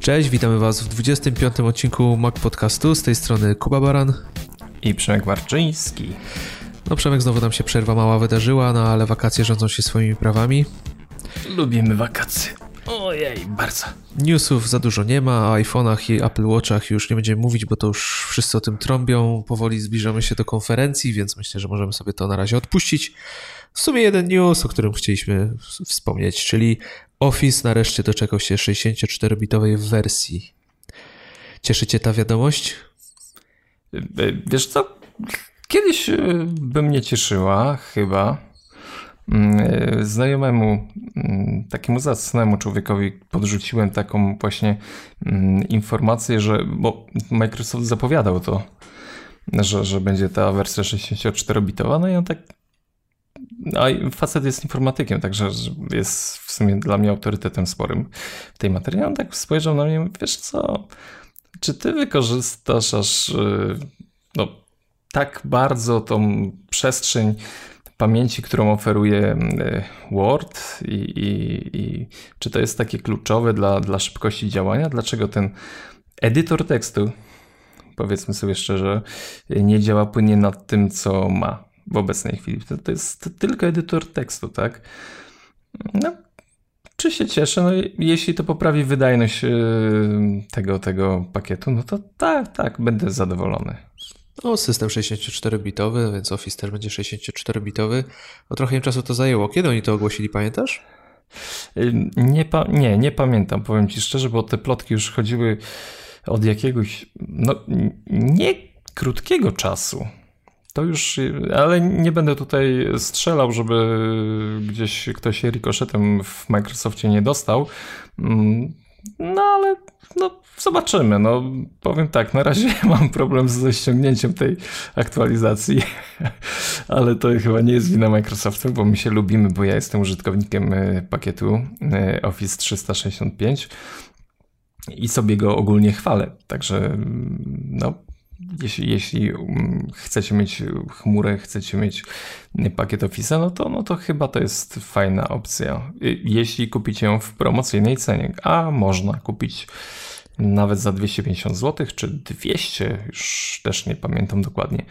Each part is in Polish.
Cześć, witamy Was w 25. odcinku Mac Podcastu. Z tej strony Kuba Baran i Przemek Marczyński. No Przemek, znowu nam się przerwa mała wydarzyła, no ale wakacje rządzą się swoimi prawami. Lubimy wakacje. Ojej, bardzo. Newsów za dużo nie ma, o iPhone'ach i Apple Watchach już nie będziemy mówić, bo to już wszyscy o tym trąbią. Powoli zbliżamy się do konferencji, więc myślę, że możemy sobie to na razie odpuścić. W sumie jeden news, o którym chcieliśmy wspomnieć, czyli Office nareszcie doczekał się 64-bitowej wersji. Cieszy Cię ta wiadomość? Wiesz co? Kiedyś by mnie cieszyła chyba. Znajomemu, takiemu zacnemu człowiekowi podrzuciłem taką właśnie informację, bo Microsoft zapowiadał to, że będzie ta wersja 64-bitowa, no i on tak, a facet jest informatykiem, także jest w sumie dla mnie autorytetem sporym w tej materii. On tak spojrzał na mnie i mówi, wiesz co, czy ty wykorzystasz aż tak bardzo tą przestrzeń pamięci, którą oferuje Word i czy to jest takie kluczowe dla szybkości działania? Dlaczego ten edytor tekstu, powiedzmy sobie szczerze, nie działa płynnie nad tym, co ma w obecnej chwili? To jest tylko edytor tekstu, tak? No, czy się cieszę? No, jeśli to poprawi wydajność tego pakietu, no to tak, będę zadowolony. No, system 64-bitowy, więc Office też będzie 64-bitowy. No, trochę im czasu to zajęło. Kiedy oni to ogłosili, pamiętasz? Nie pamiętam, powiem Ci szczerze, bo te plotki już chodziły od jakiegoś, nie krótkiego czasu. To już, ale nie będę tutaj strzelał, żeby gdzieś ktoś rikoszetem w Microsoftie nie dostał. No ale zobaczymy. Powiem tak, na razie mam problem ze ściągnięciem tej aktualizacji, ale to chyba nie jest wina Microsoftu, bo my się lubimy, bo ja jestem użytkownikiem pakietu Office 365 i sobie go ogólnie chwalę. Także jeśli chcecie mieć chmurę, chcecie mieć pakiet Office'a, no to chyba to jest fajna opcja. Jeśli kupicie ją w promocyjnej cenie, a można kupić nawet za 250 zł, czy 200, już też nie pamiętam dokładnie.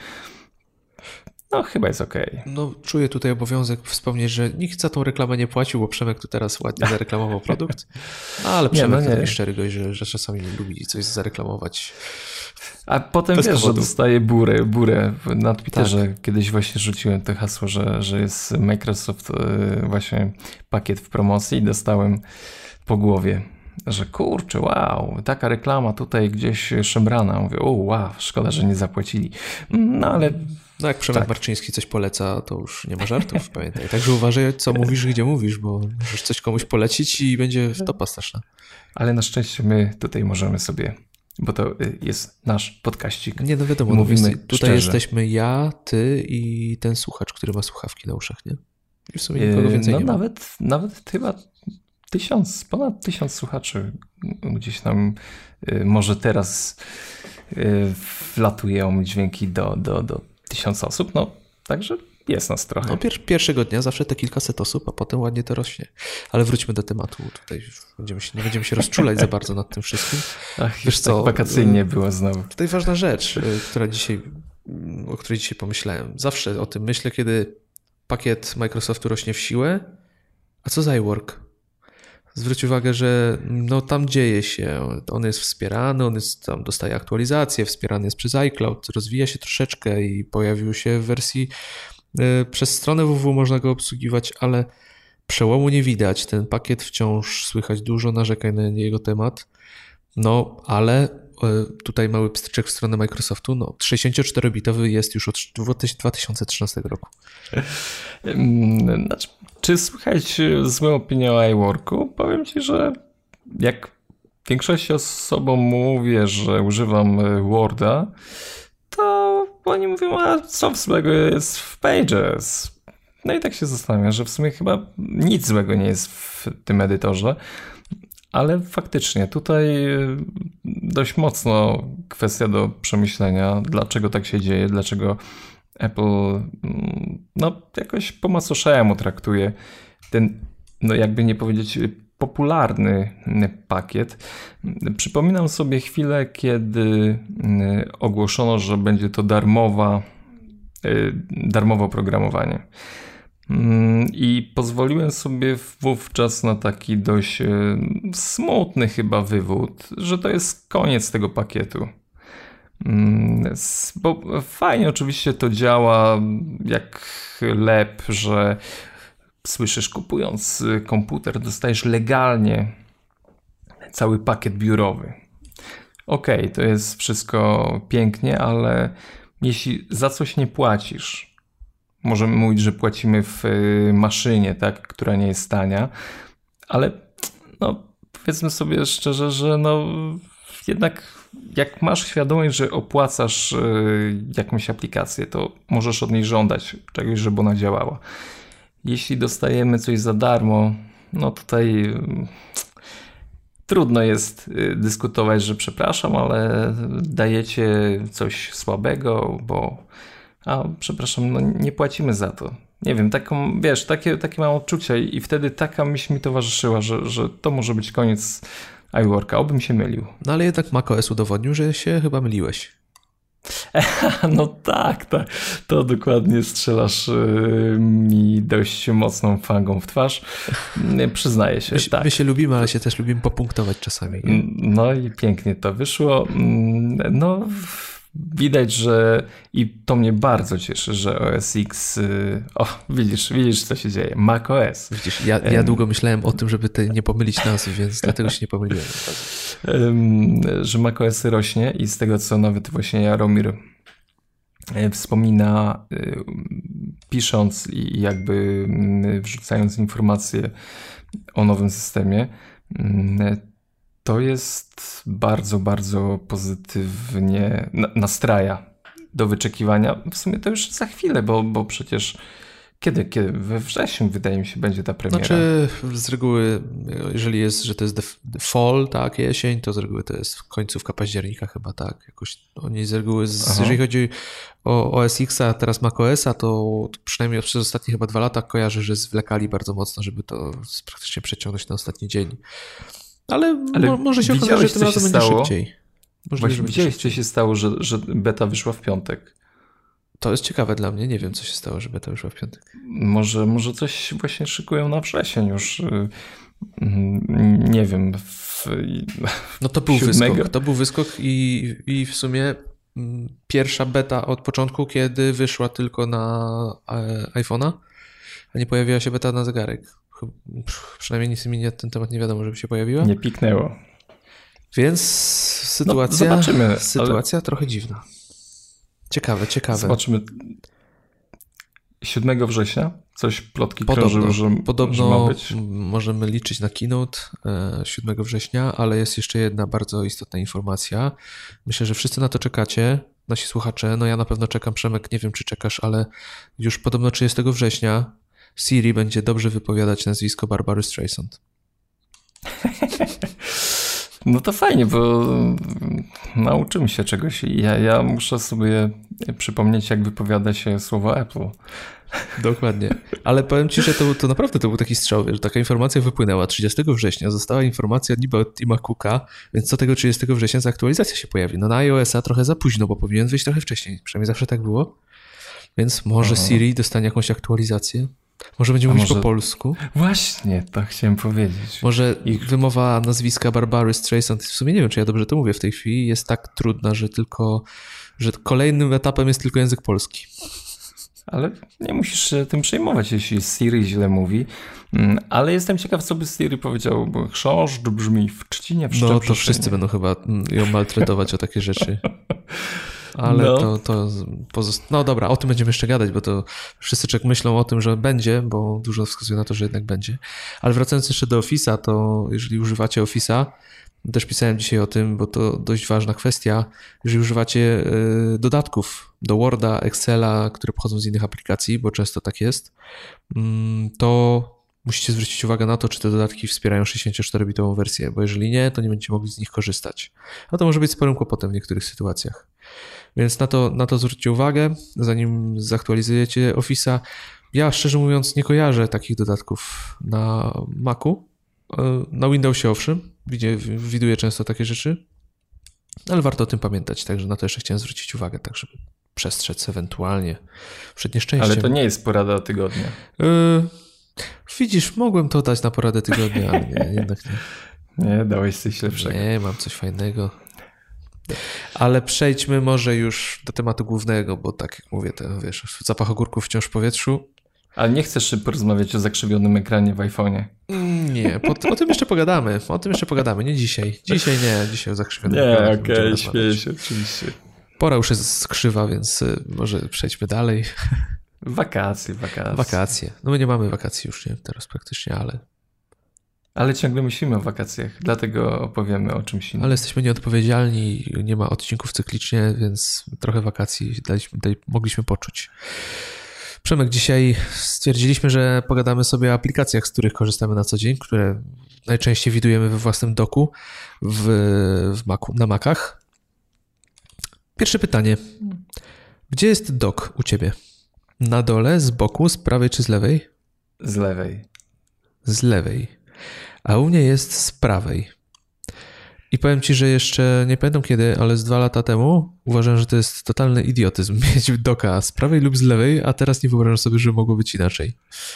No chyba jest okej. No czuję tutaj obowiązek wspomnieć, że nikt za tą reklamę nie płacił, bo Przemek tu teraz ładnie zareklamował produkt. Ale Przemek to taki szczery gość, że czasami lubi coś zareklamować. A potem wiesz, że dostaje burę. Na Twitterze kiedyś właśnie rzuciłem to hasło, że jest Microsoft właśnie pakiet w promocji i dostałem po głowie, że kurczę, wow, taka reklama tutaj gdzieś szemrana. Mówię, wow, szkoda, że nie zapłacili. No ale... No jak Przemek Marczyński coś poleca, to już nie ma żartów, pamiętaj. Także uważaj, co mówisz, gdzie mówisz, bo możesz coś komuś polecić i będzie wtopa straszna. Ale na szczęście my tutaj możemy sobie, bo to jest nasz podcaścik. Nie, no wiadomo, mówimy tutaj szczerze. Jesteśmy ja, ty i ten słuchacz, który ma słuchawki na uszach, nie? I w sumie nikogo więcej nie ma. Nawet chyba ponad 1000 słuchaczy gdzieś tam może teraz wlatują dźwięki do 1000 osób, także jest nas trochę. Pierwszego dnia zawsze te kilkaset osób, a potem ładnie to rośnie. Ale wróćmy do tematu. Tutaj nie będziemy się rozczulać za bardzo nad tym wszystkim. Ach, wiesz co, tak wakacyjnie było znowu. Tutaj ważna rzecz, o której dzisiaj pomyślałem. Zawsze o tym myślę, kiedy pakiet Microsoftu rośnie w siłę. A co z iWork? Zwróć uwagę, że tam dzieje się. On jest wspierany, tam dostaje aktualizacje, wspierany jest przez iCloud, rozwija się troszeczkę i pojawił się w wersji przez stronę www można go obsługiwać, ale przełomu nie widać. Ten pakiet wciąż słychać dużo narzekań na jego temat. Ale tutaj mały pstryczek w stronę Microsoftu. 64-bitowy jest już od 2013 roku. Czy słychać złą opinię o iWorku? Powiem Ci, że jak większości osobom mówię, że używam Worda, to oni mówią, a co złego jest w Pages? No i tak się zastanawiam, że w sumie chyba nic złego nie jest w tym edytorze, ale faktycznie tutaj dość mocno kwestia do przemyślenia, dlaczego tak się dzieje, dlaczego Apple jakoś po macoszemu traktuje ten, jakby nie powiedzieć, popularny pakiet. Przypominam sobie chwilę, kiedy ogłoszono, że będzie to darmowe oprogramowanie. I pozwoliłem sobie wówczas na taki dość smutny chyba wywód, że to jest koniec tego pakietu. Bo fajnie oczywiście to działa jak lep, że słyszysz, kupując komputer dostajesz legalnie cały pakiet biurowy. Okej, to jest wszystko pięknie, ale jeśli za coś nie płacisz, możemy mówić, że płacimy w maszynie, tak, która nie jest tania, ale no, powiedzmy sobie szczerze, że no, jednak jak masz świadomość, że opłacasz jakąś aplikację, to możesz od niej żądać czegoś, żeby ona działała. Jeśli dostajemy coś za darmo, no tutaj trudno jest dyskutować, że przepraszam, ale dajecie coś słabego, przepraszam, no nie płacimy za to. Nie wiem, taką, wiesz, takie mam odczucia i wtedy taka myśl mi towarzyszyła, że to może być koniec iWorka, obym się mylił. No ale jednak macOS udowodnił, że się chyba myliłeś. No tak, to dokładnie strzelasz mi dość mocną fangą w twarz. Przyznaję się, tak. My się lubimy, ale się też lubimy popunktować czasami. Nie? No i pięknie to wyszło. No widać, że i to mnie bardzo cieszy, że OS X, widzisz co się dzieje, macOS. Widzisz, ja długo myślałem o tym, żeby nie pomylić nazwy, więc dlatego się nie pomyliłem. Że macOS rośnie i z tego, co nawet właśnie Jaromir wspomina, pisząc i jakby wrzucając informacje o nowym systemie, to jest bardzo, bardzo pozytywnie nastraja do wyczekiwania. W sumie to już za chwilę, bo przecież kiedy? We wrześniu, wydaje mi się, będzie ta premiera. Znaczy z reguły, jeżeli jest, że to jest fall, tak, jesień, to z reguły to jest końcówka października chyba, tak. Jakoś oni z reguły, jeżeli chodzi o OS X-a, teraz macOS-a, to przynajmniej przez ostatnie chyba 2 lata kojarzę, że zwlekali bardzo mocno, żeby to praktycznie przeciągnąć na ostatni dzień. Ale może się okazać, że tym razem będzie szybciej. Właśnie widziałeś, co się stało, że beta wyszła w piątek? To jest ciekawe dla mnie. Nie wiem, co się stało, że beta wyszła w piątek. Może coś właśnie szykują na wrzesień już. Nie wiem. No to był wyskok. To był wyskok i w sumie pierwsza beta od początku, kiedy wyszła tylko na iPhone'a, a nie pojawiła się beta na zegarek. Przynajmniej nic mi na ten temat nie wiadomo, żeby się pojawiła. Nie piknęło. Więc sytuacja ale... trochę dziwna. Ciekawe. Zobaczymy. 7 września coś plotki krążyły, że ma być. Możemy liczyć na keynote 7 września, ale jest jeszcze jedna bardzo istotna informacja. Myślę, że wszyscy na to czekacie, nasi słuchacze. No ja na pewno czekam, Przemek, nie wiem czy czekasz, ale już podobno 30 września Siri będzie dobrze wypowiadać nazwisko Barbary Streisand. No to fajnie, bo nauczymy się czegoś. Ja muszę sobie przypomnieć, jak wypowiada się słowo Apple. Dokładnie. Ale powiem ci, że to naprawdę to był taki strzał, że taka informacja wypłynęła 30 września. Została informacja niby od Tima Cooka, więc co tego 30 września za aktualizacja się pojawi. No na iOS-a trochę za późno, bo powinien wyjść trochę wcześniej. Przynajmniej zawsze tak było. Więc może Siri dostanie jakąś aktualizację. Może będzie mówić po polsku. Właśnie, to chciałem powiedzieć. Może wymowa nazwiska Barbary Streisand, w sumie nie wiem, czy ja dobrze to mówię w tej chwili, jest tak trudna, że kolejnym etapem jest tylko język polski. Ale nie musisz się tym przejmować, jeśli Siri źle mówi. Ale jestem ciekaw, co by Siri powiedział, bo chrząszcz brzmi w trzcinie, w szczęście. No to wszyscy będą chyba ją maltretować o takie rzeczy. Ale no dobra, o tym będziemy jeszcze gadać, bo to wszyscy myślą o tym, że będzie, bo dużo wskazuje na to, że jednak będzie. Ale wracając jeszcze do Office'a, to jeżeli używacie Office'a, też pisałem dzisiaj o tym, bo to dość ważna kwestia, jeżeli używacie dodatków do Worda, Excela, które pochodzą z innych aplikacji, bo często tak jest, to musicie zwrócić uwagę na to, czy te dodatki wspierają 64-bitową wersję, bo jeżeli nie, to nie będziecie mogli z nich korzystać. A to może być sporym kłopotem w niektórych sytuacjach. Więc na to zwróćcie uwagę, zanim zaktualizujecie Office'a. Ja szczerze mówiąc nie kojarzę takich dodatków na Macu, Na Windowsie owszem, widuję często takie rzeczy, ale warto o tym pamiętać, także na to jeszcze chciałem zwrócić uwagę, tak żeby przestrzec ewentualnie przed nieszczęściem. Ale to nie jest porada tygodnia. Widzisz, mogłem to dać na poradę tygodnia, ale jednak nie. Nie, dałeś coś lepszego. Nie, mam coś fajnego. Ale przejdźmy może już do tematu głównego, bo tak jak mówię, wiesz, zapach ogórków wciąż w powietrzu. Ale nie chcesz porozmawiać o zakrzywionym ekranie w iPhone'ie? Nie, o tym jeszcze pogadamy. Nie dzisiaj. Dzisiaj o zakrzywionym ekranie. Nie, okej, śmieję się, oczywiście. Pora już jest skrzywa, więc może przejdźmy dalej. Wakacje. No my nie mamy wakacji już, nie? Teraz praktycznie, Ale ciągle myślimy o wakacjach, dlatego opowiemy o czymś innym. Ale jesteśmy nieodpowiedzialni, nie ma odcinków cyklicznie, więc trochę wakacji mogliśmy poczuć. Przemek, dzisiaj stwierdziliśmy, że pogadamy sobie o aplikacjach, z których korzystamy na co dzień, które najczęściej widujemy we własnym doku na Macach. Pierwsze pytanie. Gdzie jest dock u ciebie? Na dole, z boku, z prawej czy z lewej? Z lewej. Z lewej. A u mnie jest z prawej. I powiem ci, że jeszcze nie pamiętam kiedy, ale z 2 lata temu uważałem, że to jest totalny idiotyzm mieć docka z prawej lub z lewej, a teraz nie wyobrażam sobie, że mogło być inaczej.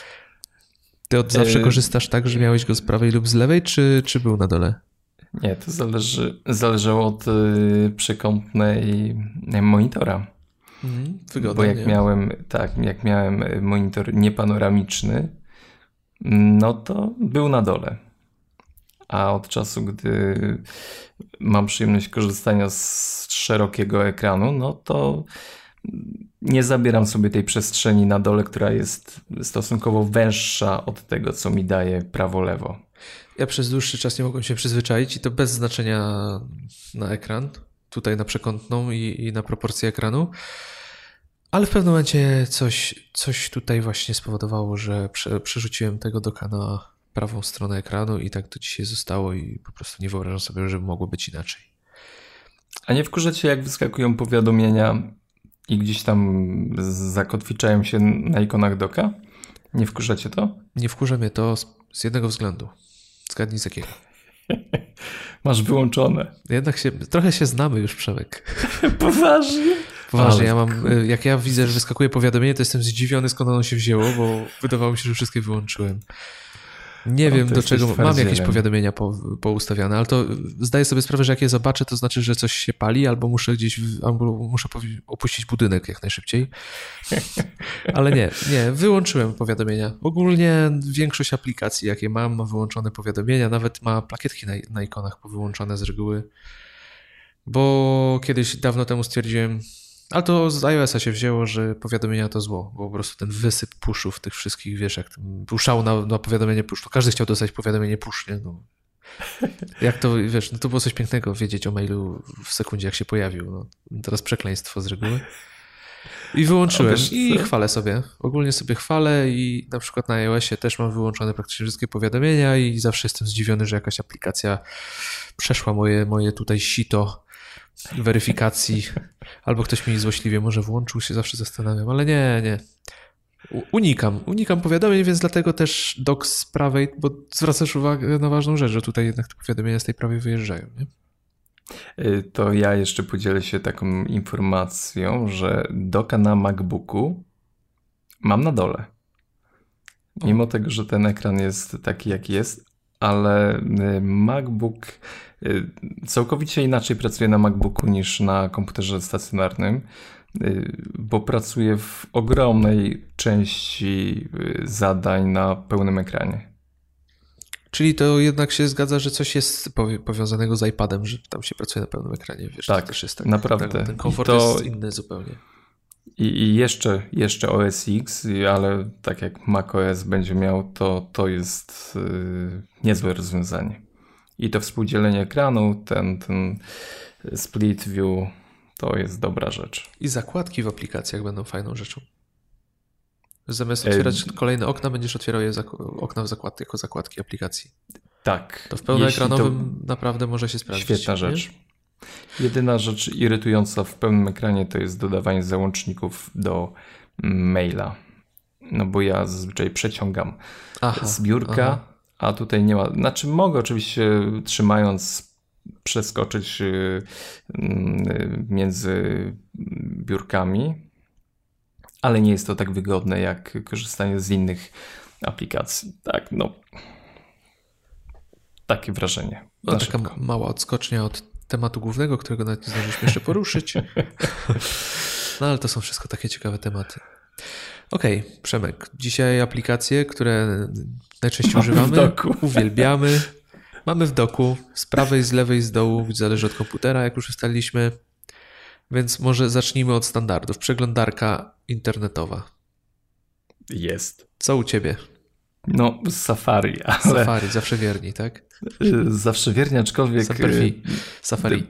Ty od zawsze korzystasz tak, że miałeś go z prawej lub z lewej, czy był na dole? Nie, to zależało od przekątnej monitora. Wygodnie. Bo jak miałem monitor niepanoramiczny, no to był na dole. A od czasu, gdy mam przyjemność korzystania z szerokiego ekranu, no to nie zabieram sobie tej przestrzeni na dole, która jest stosunkowo węższa od tego, co mi daje prawo-lewo. Ja przez dłuższy czas nie mogłem się przyzwyczaić i to bez znaczenia na ekran, tutaj na przekątną i na proporcje ekranu, ale w pewnym momencie coś tutaj właśnie spowodowało, że przerzuciłem tego docka na prawą stronę ekranu i tak to dzisiaj zostało i po prostu nie wyobrażam sobie, żeby mogło być inaczej. A nie wkurza cię, jak wyskakują powiadomienia i gdzieś tam zakotwiczają się na ikonach docka? Nie wkurza cię to? Nie wkurza mnie to z jednego względu. Zgadnij z jakiego. Masz wyłączone. Jednak trochę się znamy już, Przemek. Poważnie? Poważnie, jak ja widzę, że wyskakuje powiadomienie, to jestem zdziwiony, skąd ono się wzięło, bo wydawało mi się, że wszystkie wyłączyłem. Nie wiem do czego, mam jakieś powiadomienia poustawiane, ale to zdaję sobie sprawę, że jak je zobaczę, to znaczy, że coś się pali, albo muszę opuścić budynek jak najszybciej. Ale nie, wyłączyłem powiadomienia. Ogólnie większość aplikacji, jakie mam, ma wyłączone powiadomienia, nawet ma plakietki na ikonach powyłączone z reguły, bo kiedyś dawno temu stwierdziłem, ale to z iOS-a się wzięło, że powiadomienia to zło, bo po prostu ten wysyp pushów tych wszystkich, wiesz, jak był szał na powiadomienie push, to każdy chciał dostać powiadomienie push, nie? No. Jak to, wiesz, no to było coś pięknego wiedzieć o mailu w sekundzie, jak się pojawił. No. Teraz przekleństwo z reguły. I wyłączyłem i chwalę sobie. Ogólnie sobie chwalę i na przykład na iOS-ie też mam wyłączone praktycznie wszystkie powiadomienia i zawsze jestem zdziwiony, że jakaś aplikacja przeszła moje tutaj sito weryfikacji, albo ktoś mi złośliwie może włączył, się zawsze zastanawiam, ale nie. Unikam powiadomień, więc dlatego też dock z prawej, bo zwracasz uwagę na ważną rzecz, że tutaj jednak te powiadomienia z tej prawej wyjeżdżają, nie? To ja jeszcze podzielę się taką informacją, że docka na MacBooku mam na dole. Mimo tego, że ten ekran jest taki, jaki jest, ale MacBook całkowicie inaczej pracuje na MacBooku niż na komputerze stacjonarnym, bo pracuje w ogromnej części zadań na pełnym ekranie. Czyli to jednak się zgadza, że coś jest powiązanego z iPadem, że tam się pracuje na pełnym ekranie. Wiesz, tak, to też jest naprawdę. Ten komfort jest inny zupełnie. I jeszcze OS X, ale tak jak macOS będzie miał, to jest niezłe rozwiązanie. I to współdzielenie ekranu, ten split view, to jest dobra rzecz. I zakładki w aplikacjach będą fajną rzeczą. Zamiast otwierać kolejne okna, będziesz otwierał okna jako zakładki aplikacji. Tak. To w pełnoekranowym naprawdę może się sprawdzić. Świetna rzecz. Jedyna rzecz irytująca w pełnym ekranie to jest dodawanie załączników do maila. No bo ja zazwyczaj przeciągam z biurka a tutaj nie ma. Znaczy mogę oczywiście trzymając przeskoczyć między biurkami, ale nie jest to tak wygodne jak korzystanie z innych aplikacji. Tak, no. Takie wrażenie. No, taka mała odskocznia od tematu głównego, którego nawet nie zdążyliśmy jeszcze poruszyć. No ale to są wszystko takie ciekawe tematy. Okej, Przemek. Dzisiaj aplikacje, które najczęściej używamy, uwielbiamy. Mamy w doku, z prawej, z lewej, z dołu, zależy od komputera, jak już ustaliliśmy. Więc może zacznijmy od standardów. Przeglądarka internetowa. Jest. Co u ciebie? No, Safari. Ale... Safari, zawsze wierni, tak? Zawsze wierni, aczkolwiek... Safari.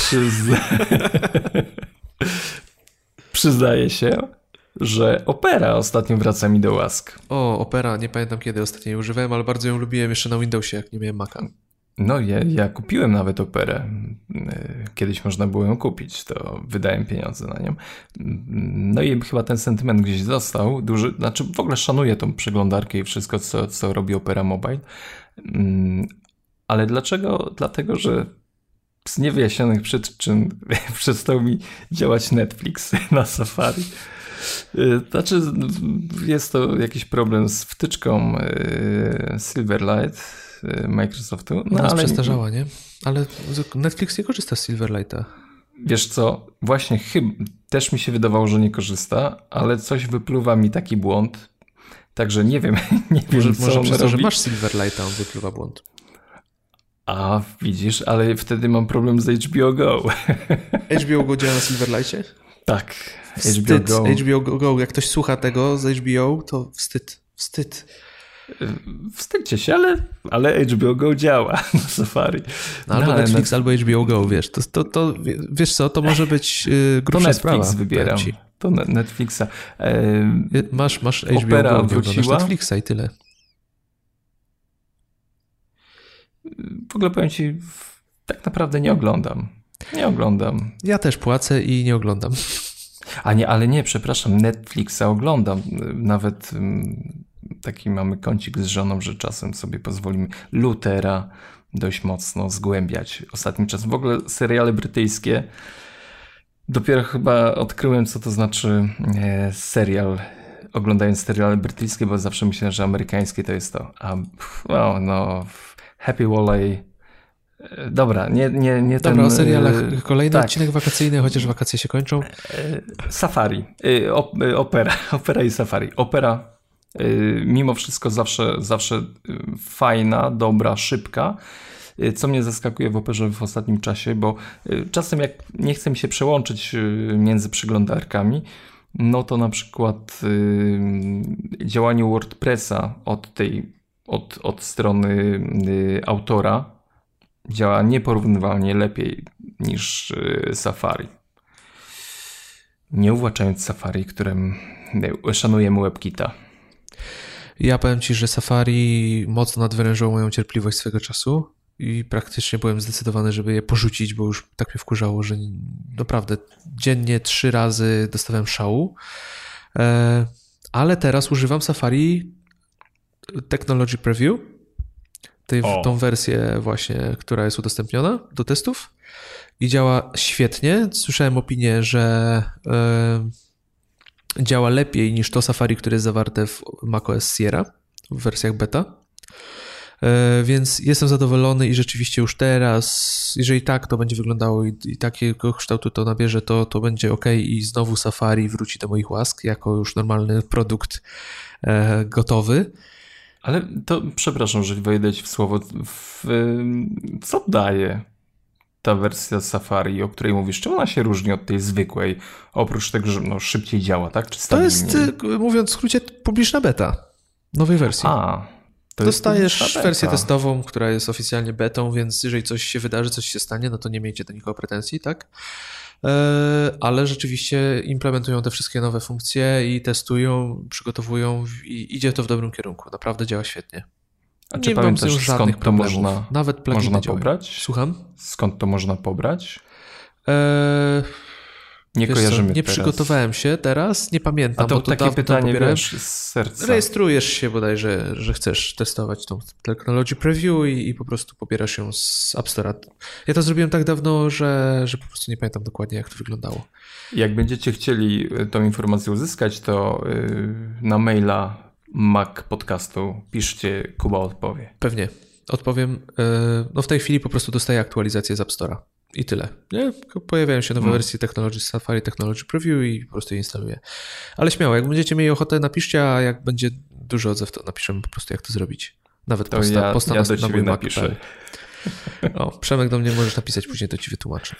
Przyznaję się, że Opera ostatnio wraca mi do łask. O, Opera, nie pamiętam kiedy ostatnio jej używałem, ale bardzo ją lubiłem jeszcze na Windowsie, jak nie miałem Maca. No, ja kupiłem nawet Operę. Kiedyś można było ją kupić, to wydałem pieniądze na nią. No i chyba ten sentyment gdzieś został duży. Znaczy w ogóle szanuję tą przeglądarkę i wszystko, co robi Opera Mobile. Ale dlaczego? Dlatego, że z niewyjaśnionych przyczyn przestał mi działać Netflix na Safari. Znaczy jest to jakiś problem z wtyczką Silverlight Microsoftu. No, ale przestarzała, nie? Ale Netflix nie korzysta z Silverlighta. Wiesz co, właśnie też mi się wydawało, że nie korzysta, ale coś wypluwa mi taki błąd, także nie wiem, Może co przez to, robi. że masz Silverlighta, on wypluwa błąd. A, widzisz, ale wtedy mam problem z HBO Go. HBO Go działa na Silverlightie? Tak. HBO Go, jak ktoś słucha tego z HBO, to wstyd. Wstydźcie się, ale HBO Go działa na Safari. No, albo Netflix, albo HBO Go, wiesz. To wiesz co, to może być grubsza sprawa. To Netflix wybieram. To Netflixa. Masz Opera HBO Go, wróciła. Netflixa i tyle. W ogóle powiem ci, tak naprawdę nie oglądam. Ja też płacę i nie oglądam. Ale nie, przepraszam, Netflixa oglądam. Nawet taki mamy kącik z żoną, że czasem sobie pozwolimy Luthera dość mocno zgłębiać ostatnim czasem. W ogóle seriale brytyjskie. Dopiero chyba odkryłem, co to znaczy serial, oglądając seriale brytyjskie, bo zawsze myślałem, że amerykańskie to jest to. Happy Valley. Dobra, nie Dobra, ten... o serialach kolejny odcinek wakacyjny, chociaż wakacje się kończą. Safari. Opera i Safari. Opera mimo wszystko zawsze fajna, dobra, szybka. Co mnie zaskakuje w Operze w ostatnim czasie, bo czasem jak nie chcę mi się przełączyć między przeglądarkami, no to na przykład działanie WordPressa od strony autora działa nieporównywalnie lepiej niż Safari. Nie uwłaczając Safari, którym szanujemy WebKita. Ja powiem ci, że Safari mocno nadwyrężyło moją cierpliwość swego czasu i praktycznie byłem zdecydowany, żeby je porzucić, bo już tak mnie wkurzało, że naprawdę dziennie 3 razy dostawałem szału. Ale teraz używam Safari Technology Preview, tą wersję właśnie, która jest udostępniona do testów i działa świetnie. Słyszałem opinię, że działa lepiej niż to Safari, które jest zawarte w macOS Sierra w wersjach beta. Więc jestem zadowolony i rzeczywiście już teraz, jeżeli tak to będzie wyglądało i takiego kształtu to nabierze, to będzie ok i znowu Safari wróci do moich łask jako już normalny produkt gotowy. Ale to, przepraszam, że wejdę ci w słowo, co daje ta wersja Safari, o której mówisz? Czym ona się różni od tej zwykłej? Oprócz tego, że szybciej działa, tak? Czy to jest, mówiąc w skrócie, publiczna beta nowej wersji. Dostajesz wersję testową, która jest oficjalnie betą, więc jeżeli coś się wydarzy, coś się stanie, no to nie miejcie do nikogo pretensji, tak? Ale rzeczywiście implementują te wszystkie nowe funkcje i testują, przygotowują i idzie to w dobrym kierunku. Naprawdę działa świetnie. A czy pamiętasz, skąd to można pobrać? Słucham? Skąd to można pobrać? Nie kojarzymy nie teraz. przygotowałem się teraz, nie pamiętam. A to takie pytanie, wiesz, z serca. Rejestrujesz się bodajże, że chcesz testować tą Technology Preview i po prostu pobierasz ją z App Store'a. Ja to zrobiłem tak dawno, że po prostu nie pamiętam dokładnie, jak to wyglądało. Jak będziecie chcieli tą informację uzyskać, to na maila Mac Podcastu piszcie, Kuba odpowie. Pewnie. Odpowiem. No w tej chwili po prostu dostaję aktualizację z App Store'a. I tyle. Nie? Pojawiają się nowe wersje Technology Safari, Technology Preview i po prostu je instaluję. Ale śmiało, jak będziecie mieli ochotę, napiszcie, a jak będzie duży odzew, to napiszemy po prostu, jak to zrobić. Nawet to posta ja do ciebie napiszę. O, Przemek, do mnie możesz napisać, później to ci wytłumaczę.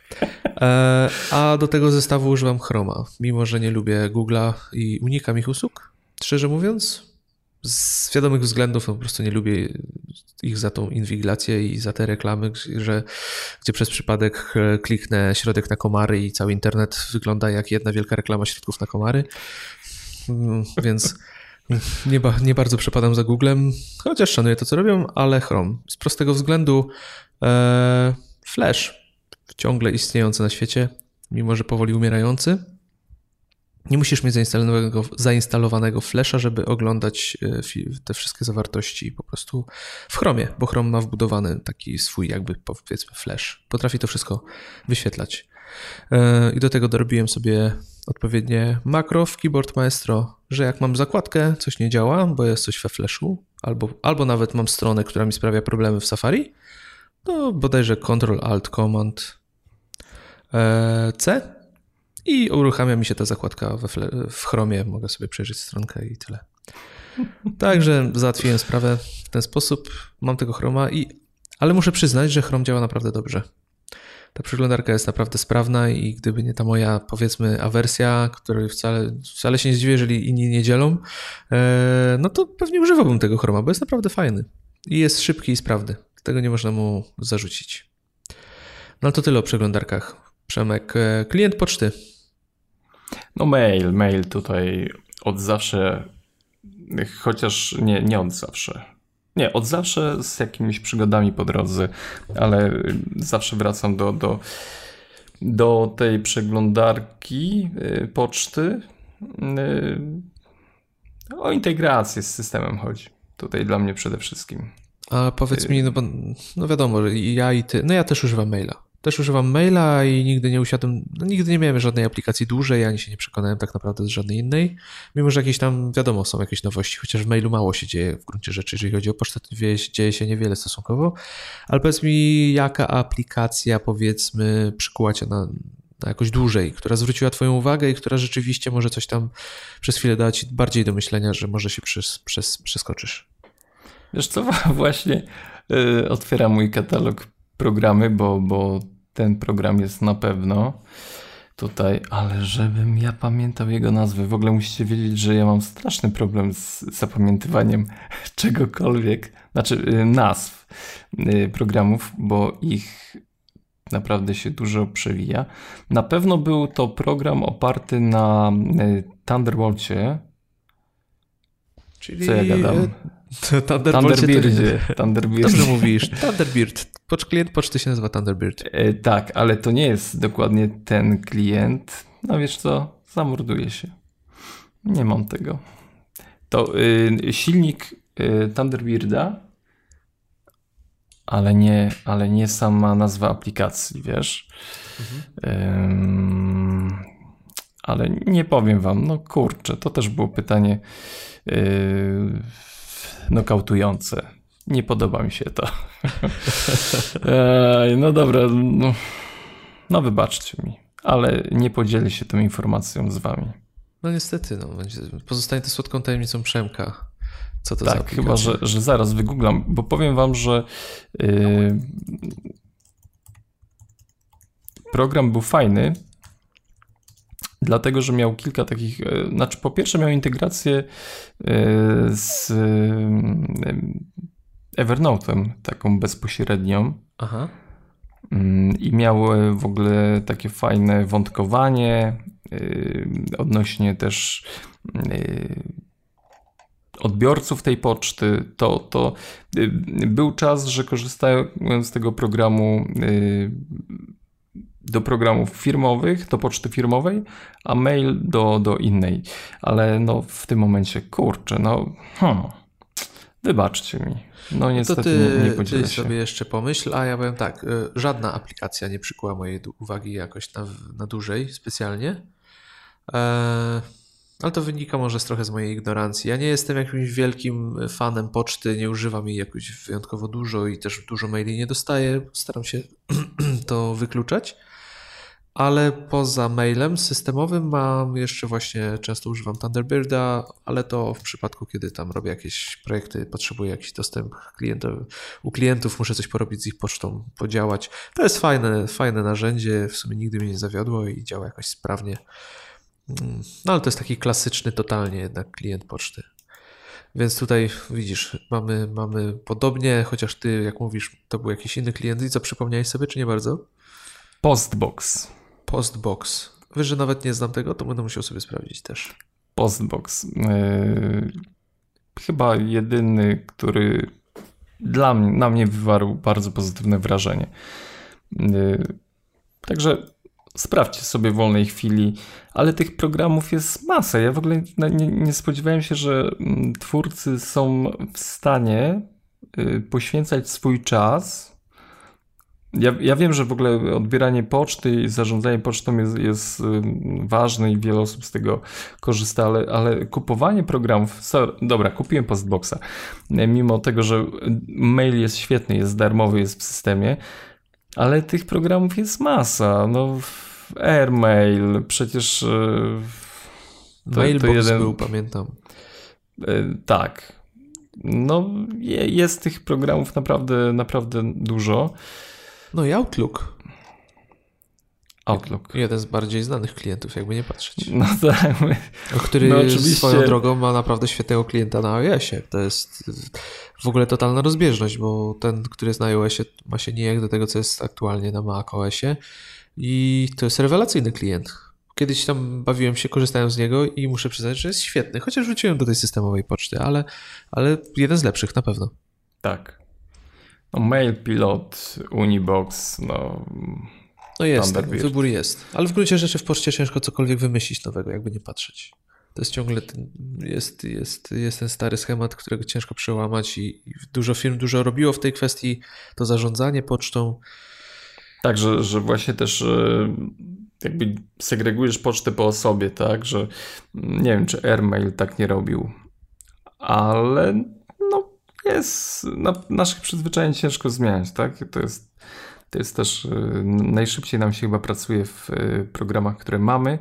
A do tego zestawu używam Chroma, mimo że nie lubię Google'a i unikam ich usług, szczerze mówiąc. Z wiadomych względów po prostu nie lubię ich za tą inwigilację i za te reklamy, gdzie przez przypadek kliknę środek na komary i cały internet wygląda jak jedna wielka reklama środków na komary. Więc nie bardzo przepadam za Googlem, chociaż szanuję to, co robią, ale Chrome. Z prostego względu Flash, ciągle istniejący na świecie, mimo że powoli umierający. Nie musisz mieć zainstalowanego Flasha, żeby oglądać te wszystkie zawartości po prostu w Chromie, bo Chrome ma wbudowany taki swój jakby powiedzmy Flash. Potrafi to wszystko wyświetlać. I do tego dorobiłem sobie odpowiednie makro w Keyboard Maestro, że jak mam zakładkę, coś nie działa, bo jest coś we Flashu, albo nawet mam stronę, która mi sprawia problemy w Safari, to bodajże Ctrl-Alt-Command-C i uruchamia mi się ta zakładka w Chromie, mogę sobie przejrzeć stronkę i tyle. Także załatwiłem sprawę w ten sposób, mam tego Chroma, ale muszę przyznać, że Chrome działa naprawdę dobrze. Ta przeglądarka jest naprawdę sprawna i gdyby nie ta moja, powiedzmy, awersja, której wcale się nie zdziwię, jeżeli inni nie dzielą, no to pewnie używałbym tego Chroma, bo jest naprawdę fajny i jest szybki i sprawny. Tego nie można mu zarzucić. No to tyle o przeglądarkach. Przemek, klient poczty. No mail tutaj od zawsze, chociaż nie od zawsze. Nie, od zawsze z jakimiś przygodami po drodze, ale zawsze wracam do tej przeglądarki poczty. O integrację z systemem chodzi. Tutaj dla mnie przede wszystkim. A powiedz mi, no wiadomo, że ja i ty, no ja też używam maila. Też używam maila i nigdy nie miałem żadnej aplikacji dłużej, ani się nie przekonałem tak naprawdę z żadnej innej. Mimo że jakieś tam, wiadomo, są jakieś nowości, chociaż w mailu mało się dzieje w gruncie rzeczy, jeżeli chodzi o pocztę, to dzieje się niewiele stosunkowo. Ale powiedz mi, jaka aplikacja, powiedzmy, przykuła cię na jakoś dłużej, która zwróciła twoją uwagę i która rzeczywiście może coś tam przez chwilę dała ci bardziej do myślenia, że może się przeskoczysz. Wiesz co, właśnie otwieram mój katalog programy, bo ten program jest na pewno tutaj, ale żebym ja pamiętał jego nazwy. W ogóle musicie wiedzieć, że ja mam straszny problem z zapamiętywaniem czegokolwiek, znaczy nazw programów, bo ich naprawdę się dużo przewija. Na pewno był to program oparty na Thunderbolcie. Czyli co ja gadam? Thunderbirdzie. Thunderbird. Dobrze mówisz. Thunderbird. Klient poczty się nazywa Thunderbird. Tak, ale to nie jest dokładnie ten klient. No wiesz co? Zamorduje się. Nie mam tego. To silnik Thunderbirda, ale nie sama nazwa aplikacji, wiesz? Ale nie powiem wam, no kurczę, to też było pytanie nokautujące. Nie podoba mi się to. No dobra, no wybaczcie mi, ale nie podzielę się tą informacją z wami. No niestety, pozostanie to słodką tajemnicą Przemka. Co to tak, za aplikacja? chyba, że zaraz wygooglam, bo powiem wam, że program był fajny, dlatego, że miał kilka takich, znaczy po pierwsze miał integrację z Evernote'em, taką bezpośrednią. Aha. I miał w ogóle takie fajne wątkowanie odnośnie też odbiorców tej poczty. To był czas, że korzystając z tego programu do programów firmowych, do poczty firmowej, a mail do innej. Ale no w tym momencie, kurczę, wybaczcie mi. No niestety to nie podzielę ty się. sobie jeszcze pomyśl, a ja powiem tak, żadna aplikacja nie przykuła mojej uwagi jakoś na dłużej specjalnie. Ale to wynika może trochę z mojej ignorancji. Ja nie jestem jakimś wielkim fanem poczty, nie używam jej jakoś wyjątkowo dużo i też dużo maili nie dostaję. Staram się to wykluczać. Ale poza mailem systemowym mam jeszcze właśnie, często używam Thunderbirda, ale to w przypadku, kiedy tam robię jakieś projekty, potrzebuję jakiś dostęp u klientów, muszę coś porobić z ich pocztą, podziałać. To jest fajne narzędzie, w sumie nigdy mnie nie zawiodło i działa jakoś sprawnie. No ale to jest taki klasyczny totalnie jednak klient poczty. Więc tutaj widzisz, mamy podobnie, chociaż ty, jak mówisz, to był jakiś inny klient. I co, przypomniałeś sobie, czy nie bardzo? Postbox. Postbox. Wiesz, że nawet nie znam tego, to będę musiał sobie sprawdzić też. Postbox. Chyba jedyny, który na mnie wywarł bardzo pozytywne wrażenie. Także sprawdźcie sobie w wolnej chwili, ale tych programów jest masa. Ja w ogóle nie spodziewałem się, że twórcy są w stanie poświęcać swój czas. Ja wiem, że w ogóle odbieranie poczty i zarządzanie pocztą jest ważne i wiele osób z tego korzysta, ale kupowanie programów... Dobra, kupiłem Postboxa. Mimo tego, że mail jest świetny, jest darmowy, jest w systemie, ale tych programów jest masa. No, AirMail, przecież... Mailbox był, pamiętam. Tak. No, jest tych programów naprawdę dużo. No i Outlook. Outlook. Jeden z bardziej znanych klientów, jakby nie patrzeć. No tak. Który swoją drogą ma naprawdę świetnego klienta na iOSie. To jest w ogóle totalna rozbieżność, bo ten, który jest na iOSie, ma się nijak do tego, co jest aktualnie na macOSie i to jest rewelacyjny klient. Kiedyś tam bawiłem się, korzystałem z niego i muszę przyznać, że jest świetny, chociaż wróciłem do tej systemowej poczty, ale jeden z lepszych na pewno. Tak. No, Mailpilot, Unibox, No jest, tak, wybór jest. Ale w gruncie rzeczy w poczcie ciężko cokolwiek wymyślić nowego, jakby nie patrzeć. To jest ciągle jest ten stary schemat, którego ciężko przełamać i dużo firm dużo robiło w tej kwestii, to zarządzanie pocztą. Tak, że właśnie też jakby segregujesz pocztę po osobie, tak, że nie wiem, czy AirMail tak nie robił, ale jest naszych przyzwyczajeń ciężko zmieniać, tak, to jest też najszybciej nam się chyba pracuje w programach, które mamy.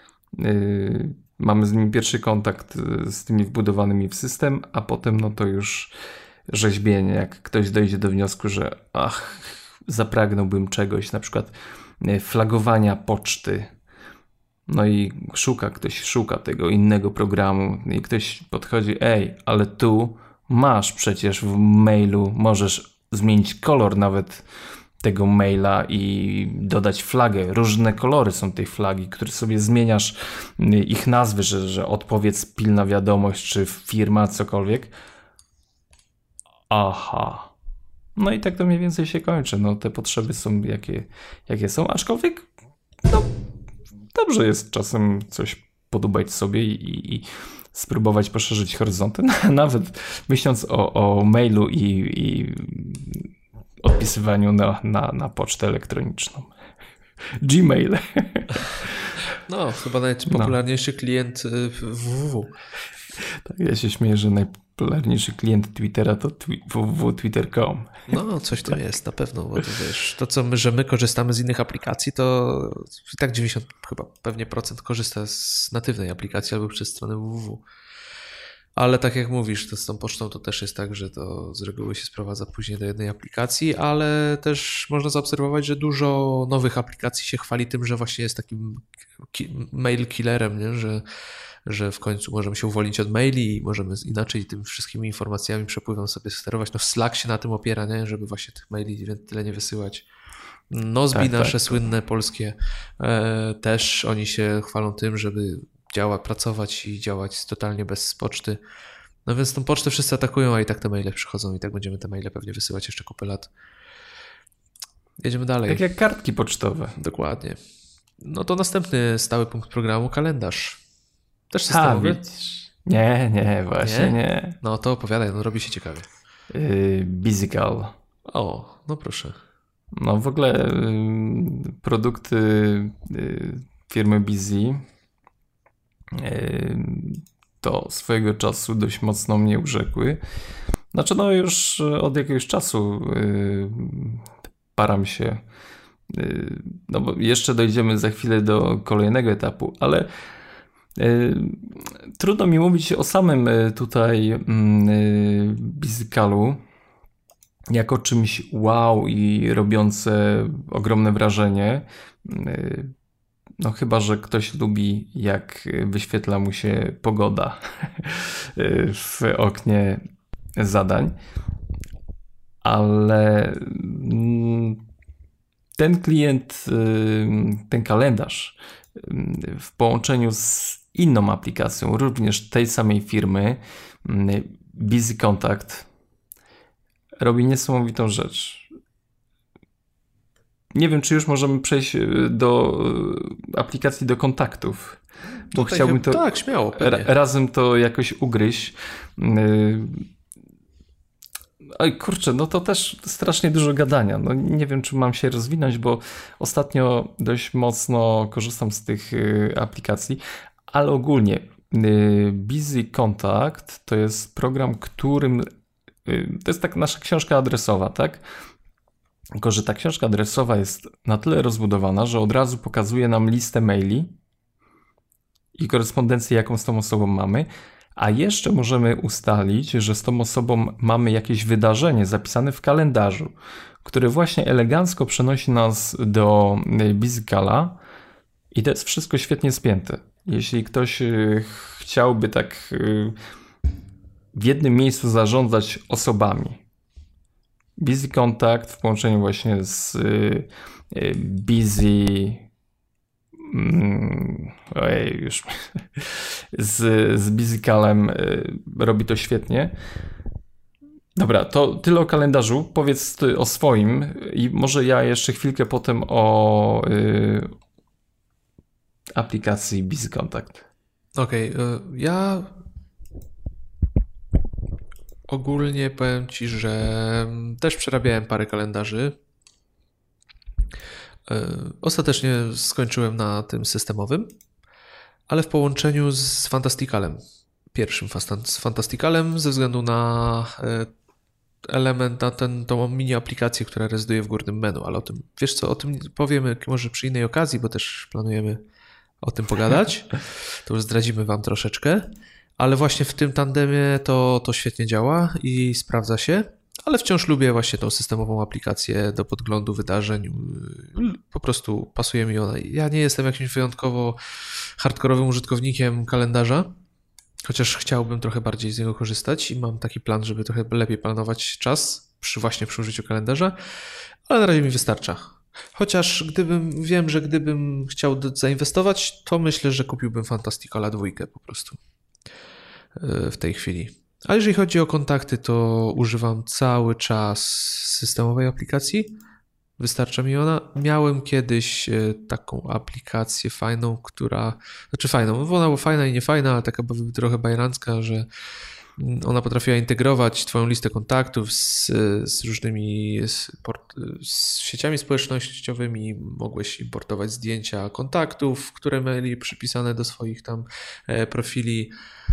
Mamy z nimi pierwszy kontakt z tymi wbudowanymi w system, a potem to już rzeźbienie, jak ktoś dojdzie do wniosku, że zapragnąłbym czegoś, na przykład flagowania poczty, no i ktoś szuka tego innego programu i ktoś podchodzi, ale tu masz przecież w mailu, możesz zmienić kolor nawet tego maila i dodać flagę. Różne kolory są tej flagi, które sobie zmieniasz ich nazwy, że odpowiedz pilna wiadomość, czy firma, cokolwiek. Aha. No i tak to mniej więcej się kończy. No te potrzeby są jakie są, aczkolwiek dobrze jest czasem coś podobać sobie i spróbować poszerzyć horyzonty. Nawet myśląc o mailu i odpisywaniu na pocztę elektroniczną. Gmail. No, chyba najpopularniejszy klient www. Tak, ja się śmieję, że najpopularniejszy klient Twittera to www.twitter.com. No, coś tam jest, na pewno, bo to wiesz, to co że my korzystamy z innych aplikacji, to i tak 90 chyba pewnie procent korzysta z natywnej aplikacji albo przez stronę www. Ale tak jak mówisz, to z tą pocztą to też jest tak, że to z reguły się sprowadza później do jednej aplikacji, ale też można zaobserwować, że dużo nowych aplikacji się chwali tym, że właśnie jest takim mail killerem, nie? Że w końcu możemy się uwolnić od maili i możemy inaczej tym wszystkimi informacjami, przepływem sobie sterować. No Slack się na tym opiera, nie? Żeby właśnie tych maili tyle nie wysyłać. Nozbi nasze słynne polskie też oni się chwalą tym, żeby pracować i działać totalnie bez poczty. No więc tą pocztę wszyscy atakują, a i tak te maile przychodzą i tak będziemy te maile pewnie wysyłać jeszcze kupę lat. Jedziemy dalej. Tak jak kartki pocztowe. Dokładnie. No to następny stały punkt programu, kalendarz. Też systemowy? Widzisz. Nie, właśnie nie. No to opowiadaj, no robi się ciekawie. Bizycal. O, no proszę. No w ogóle produkty firmy Busy to swojego czasu dość mocno mnie urzekły. Znaczy no już od jakiegoś czasu param się, no bo jeszcze dojdziemy za chwilę do kolejnego etapu, ale trudno mi mówić o samym tutaj Bizycalu jako czymś wow i robiące ogromne wrażenie. No chyba, że ktoś lubi, jak wyświetla mu się pogoda w oknie zadań. Ale ten klient, ten kalendarz w połączeniu z inną aplikacją, również tej samej firmy, Busy Contact, robi niesamowitą rzecz. Nie wiem, czy już możemy przejść do aplikacji do kontaktów, bo tutaj chciałbym to tak, śmiało, razem to jakoś ugryźć. Oj, kurczę, no to też strasznie dużo gadania. No nie wiem, czy mam się rozwinąć, bo ostatnio dość mocno korzystam z tych aplikacji, ale ogólnie Busy Contact to jest program, którym to jest tak nasza książka adresowa, tak? Tylko że ta książka adresowa jest na tyle rozbudowana, że od razu pokazuje nam listę maili i korespondencję, jaką z tą osobą mamy, a jeszcze możemy ustalić, że z tą osobą mamy jakieś wydarzenie zapisane w kalendarzu, które właśnie elegancko przenosi nas do Bizykala i to jest wszystko świetnie spięte. Jeśli ktoś chciałby tak w jednym miejscu zarządzać osobami, Busy Contact w połączeniu właśnie z Busy z Bizycalem robi to świetnie. Dobra, to tyle o kalendarzu. Powiedz ty o swoim i może ja jeszcze chwilkę potem o aplikacji Busy Contact. Okej, ja ogólnie powiem Ci, że też przerabiałem parę kalendarzy. Ostatecznie skończyłem na tym systemowym, ale w połączeniu z Fantasticalem. Pierwszym z Fantasticalem ze względu na element, na tą mini aplikację, która rezyduje w górnym menu, ale wiesz co, o tym powiemy może przy innej okazji, bo też planujemy o tym pogadać. To już zdradzimy Wam troszeczkę. Ale właśnie w tym tandemie to świetnie działa i sprawdza się, ale wciąż lubię właśnie tą systemową aplikację do podglądu wydarzeń. Po prostu pasuje mi ona. Ja nie jestem jakimś wyjątkowo hardkorowym użytkownikiem kalendarza, chociaż chciałbym trochę bardziej z niego korzystać i mam taki plan, żeby trochę lepiej planować czas przy użyciu kalendarza, ale na razie mi wystarcza. Chociaż wiem, że gdybym chciał zainwestować, to myślę, że kupiłbym Fantasticala 2 po prostu w tej chwili. A jeżeli chodzi o kontakty, to używam cały czas systemowej aplikacji. Wystarcza mi ona. Miałem kiedyś taką aplikację fajną, fajną, bo ona była fajna i niefajna, ale taka trochę bajerancka, że ona potrafiła integrować Twoją listę kontaktów z różnymi z sieciami społecznościowymi. Mogłeś importować zdjęcia kontaktów, które mieli przypisane do swoich tam profili.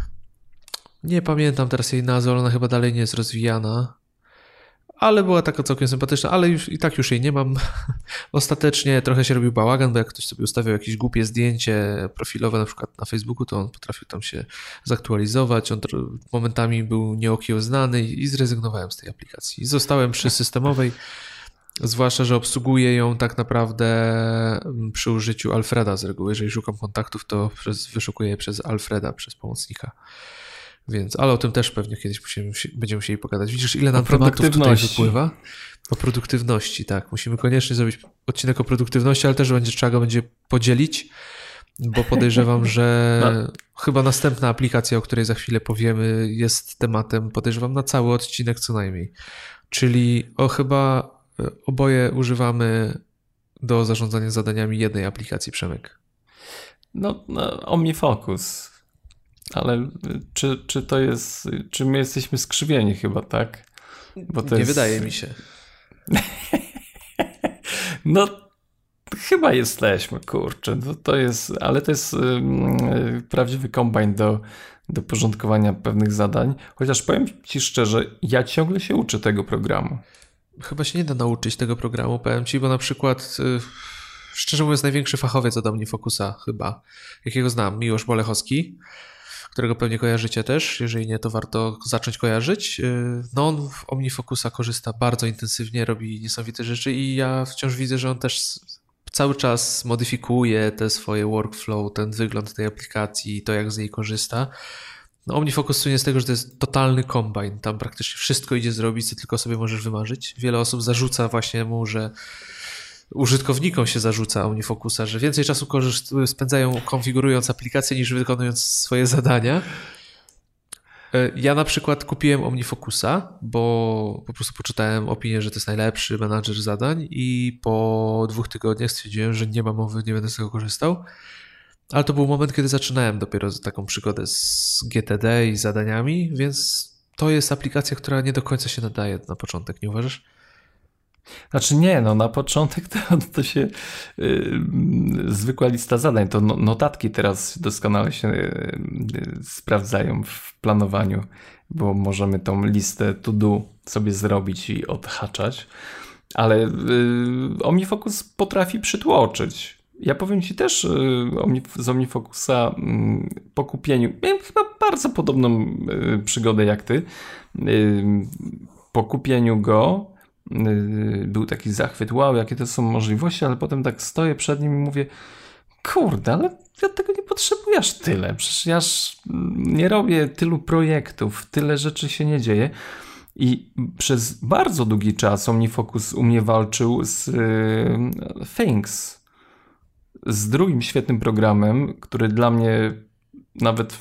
Nie pamiętam teraz jej nazwy, ale ona chyba dalej nie jest rozwijana. Ale była taka całkiem sympatyczna, ale już jej nie mam. Ostatecznie trochę się robił bałagan, bo jak ktoś sobie ustawiał jakieś głupie zdjęcie profilowe, na przykład na Facebooku, to on potrafił tam się zaktualizować. On momentami był nieokiełznany i zrezygnowałem z tej aplikacji. Zostałem przy systemowej, zwłaszcza, że obsługuję ją tak naprawdę przy użyciu Alfreda z reguły. Jeżeli szukam kontaktów, to wyszukuję je przez Alfreda, przez pomocnika. Więc, ale o tym też pewnie kiedyś będziemy musieli pogadać. Widzisz, ile nam tematów tutaj wypływa? O produktywności, tak. Musimy koniecznie zrobić odcinek o produktywności, ale też trzeba go będzie podzielić, bo podejrzewam, że chyba następna aplikacja, o której za chwilę powiemy, jest tematem, podejrzewam, na cały odcinek co najmniej. Czyli chyba Oboje używamy do zarządzania zadaniami jednej aplikacji, Przemek. No OmniFocus. Ale czy to jest... Czy my jesteśmy skrzywieni chyba, tak? Bo to nie wydaje mi się. No chyba jesteśmy, kurczę. Ale to jest prawdziwy kombajn do porządkowania pewnych zadań. Chociaż powiem ci szczerze, ja ciągle się uczę tego programu. Chyba się nie da nauczyć tego programu, powiem ci, bo na przykład szczerze mówiąc największy fachowiec od OmniFocusa chyba, jakiego znam, Miłosz Bolechowski, którego pewnie kojarzycie też, jeżeli nie, to warto zacząć kojarzyć. No on w OmniFocusa korzysta bardzo intensywnie, robi niesamowite rzeczy i ja wciąż widzę, że on też cały czas modyfikuje te swoje workflow, ten wygląd tej aplikacji, to jak z niej korzysta. No OmniFocus słynie z tego, że to jest totalny kombajn, tam praktycznie wszystko idzie zrobić, co tylko sobie możesz wymarzyć. Wiele osób zarzuca właśnie mu, że użytkownikom się zarzuca OmniFocusa, że więcej czasu spędzają konfigurując aplikację niż wykonując swoje zadania. Ja na przykład kupiłem OmniFocusa, bo po prostu poczytałem opinię, że to jest najlepszy menadżer zadań i po 2 tygodniach stwierdziłem, że nie ma mowy, nie będę z tego korzystał. Ale to był moment, kiedy zaczynałem dopiero taką przygodę z GTD i zadaniami, więc to jest aplikacja, która nie do końca się nadaje na początek, nie uważasz? Znaczy nie, no na początek to się zwykła lista zadań, to notatki teraz doskonale się sprawdzają w planowaniu, bo możemy tą listę to do sobie zrobić i odhaczać, ale OmniFocus potrafi przytłoczyć. Ja powiem ci też z OmniFocusa po kupieniu, miałem chyba bardzo podobną przygodę jak ty, po kupieniu go był taki zachwyt, wow, jakie to są możliwości, ale potem tak stoję przed nim i mówię, kurde, ale ja tego nie potrzebuję aż tyle, przecież ja nie robię tylu projektów, tyle rzeczy się nie dzieje i przez bardzo długi czas OmniFocus u mnie walczył z Things, z drugim świetnym programem, który dla mnie nawet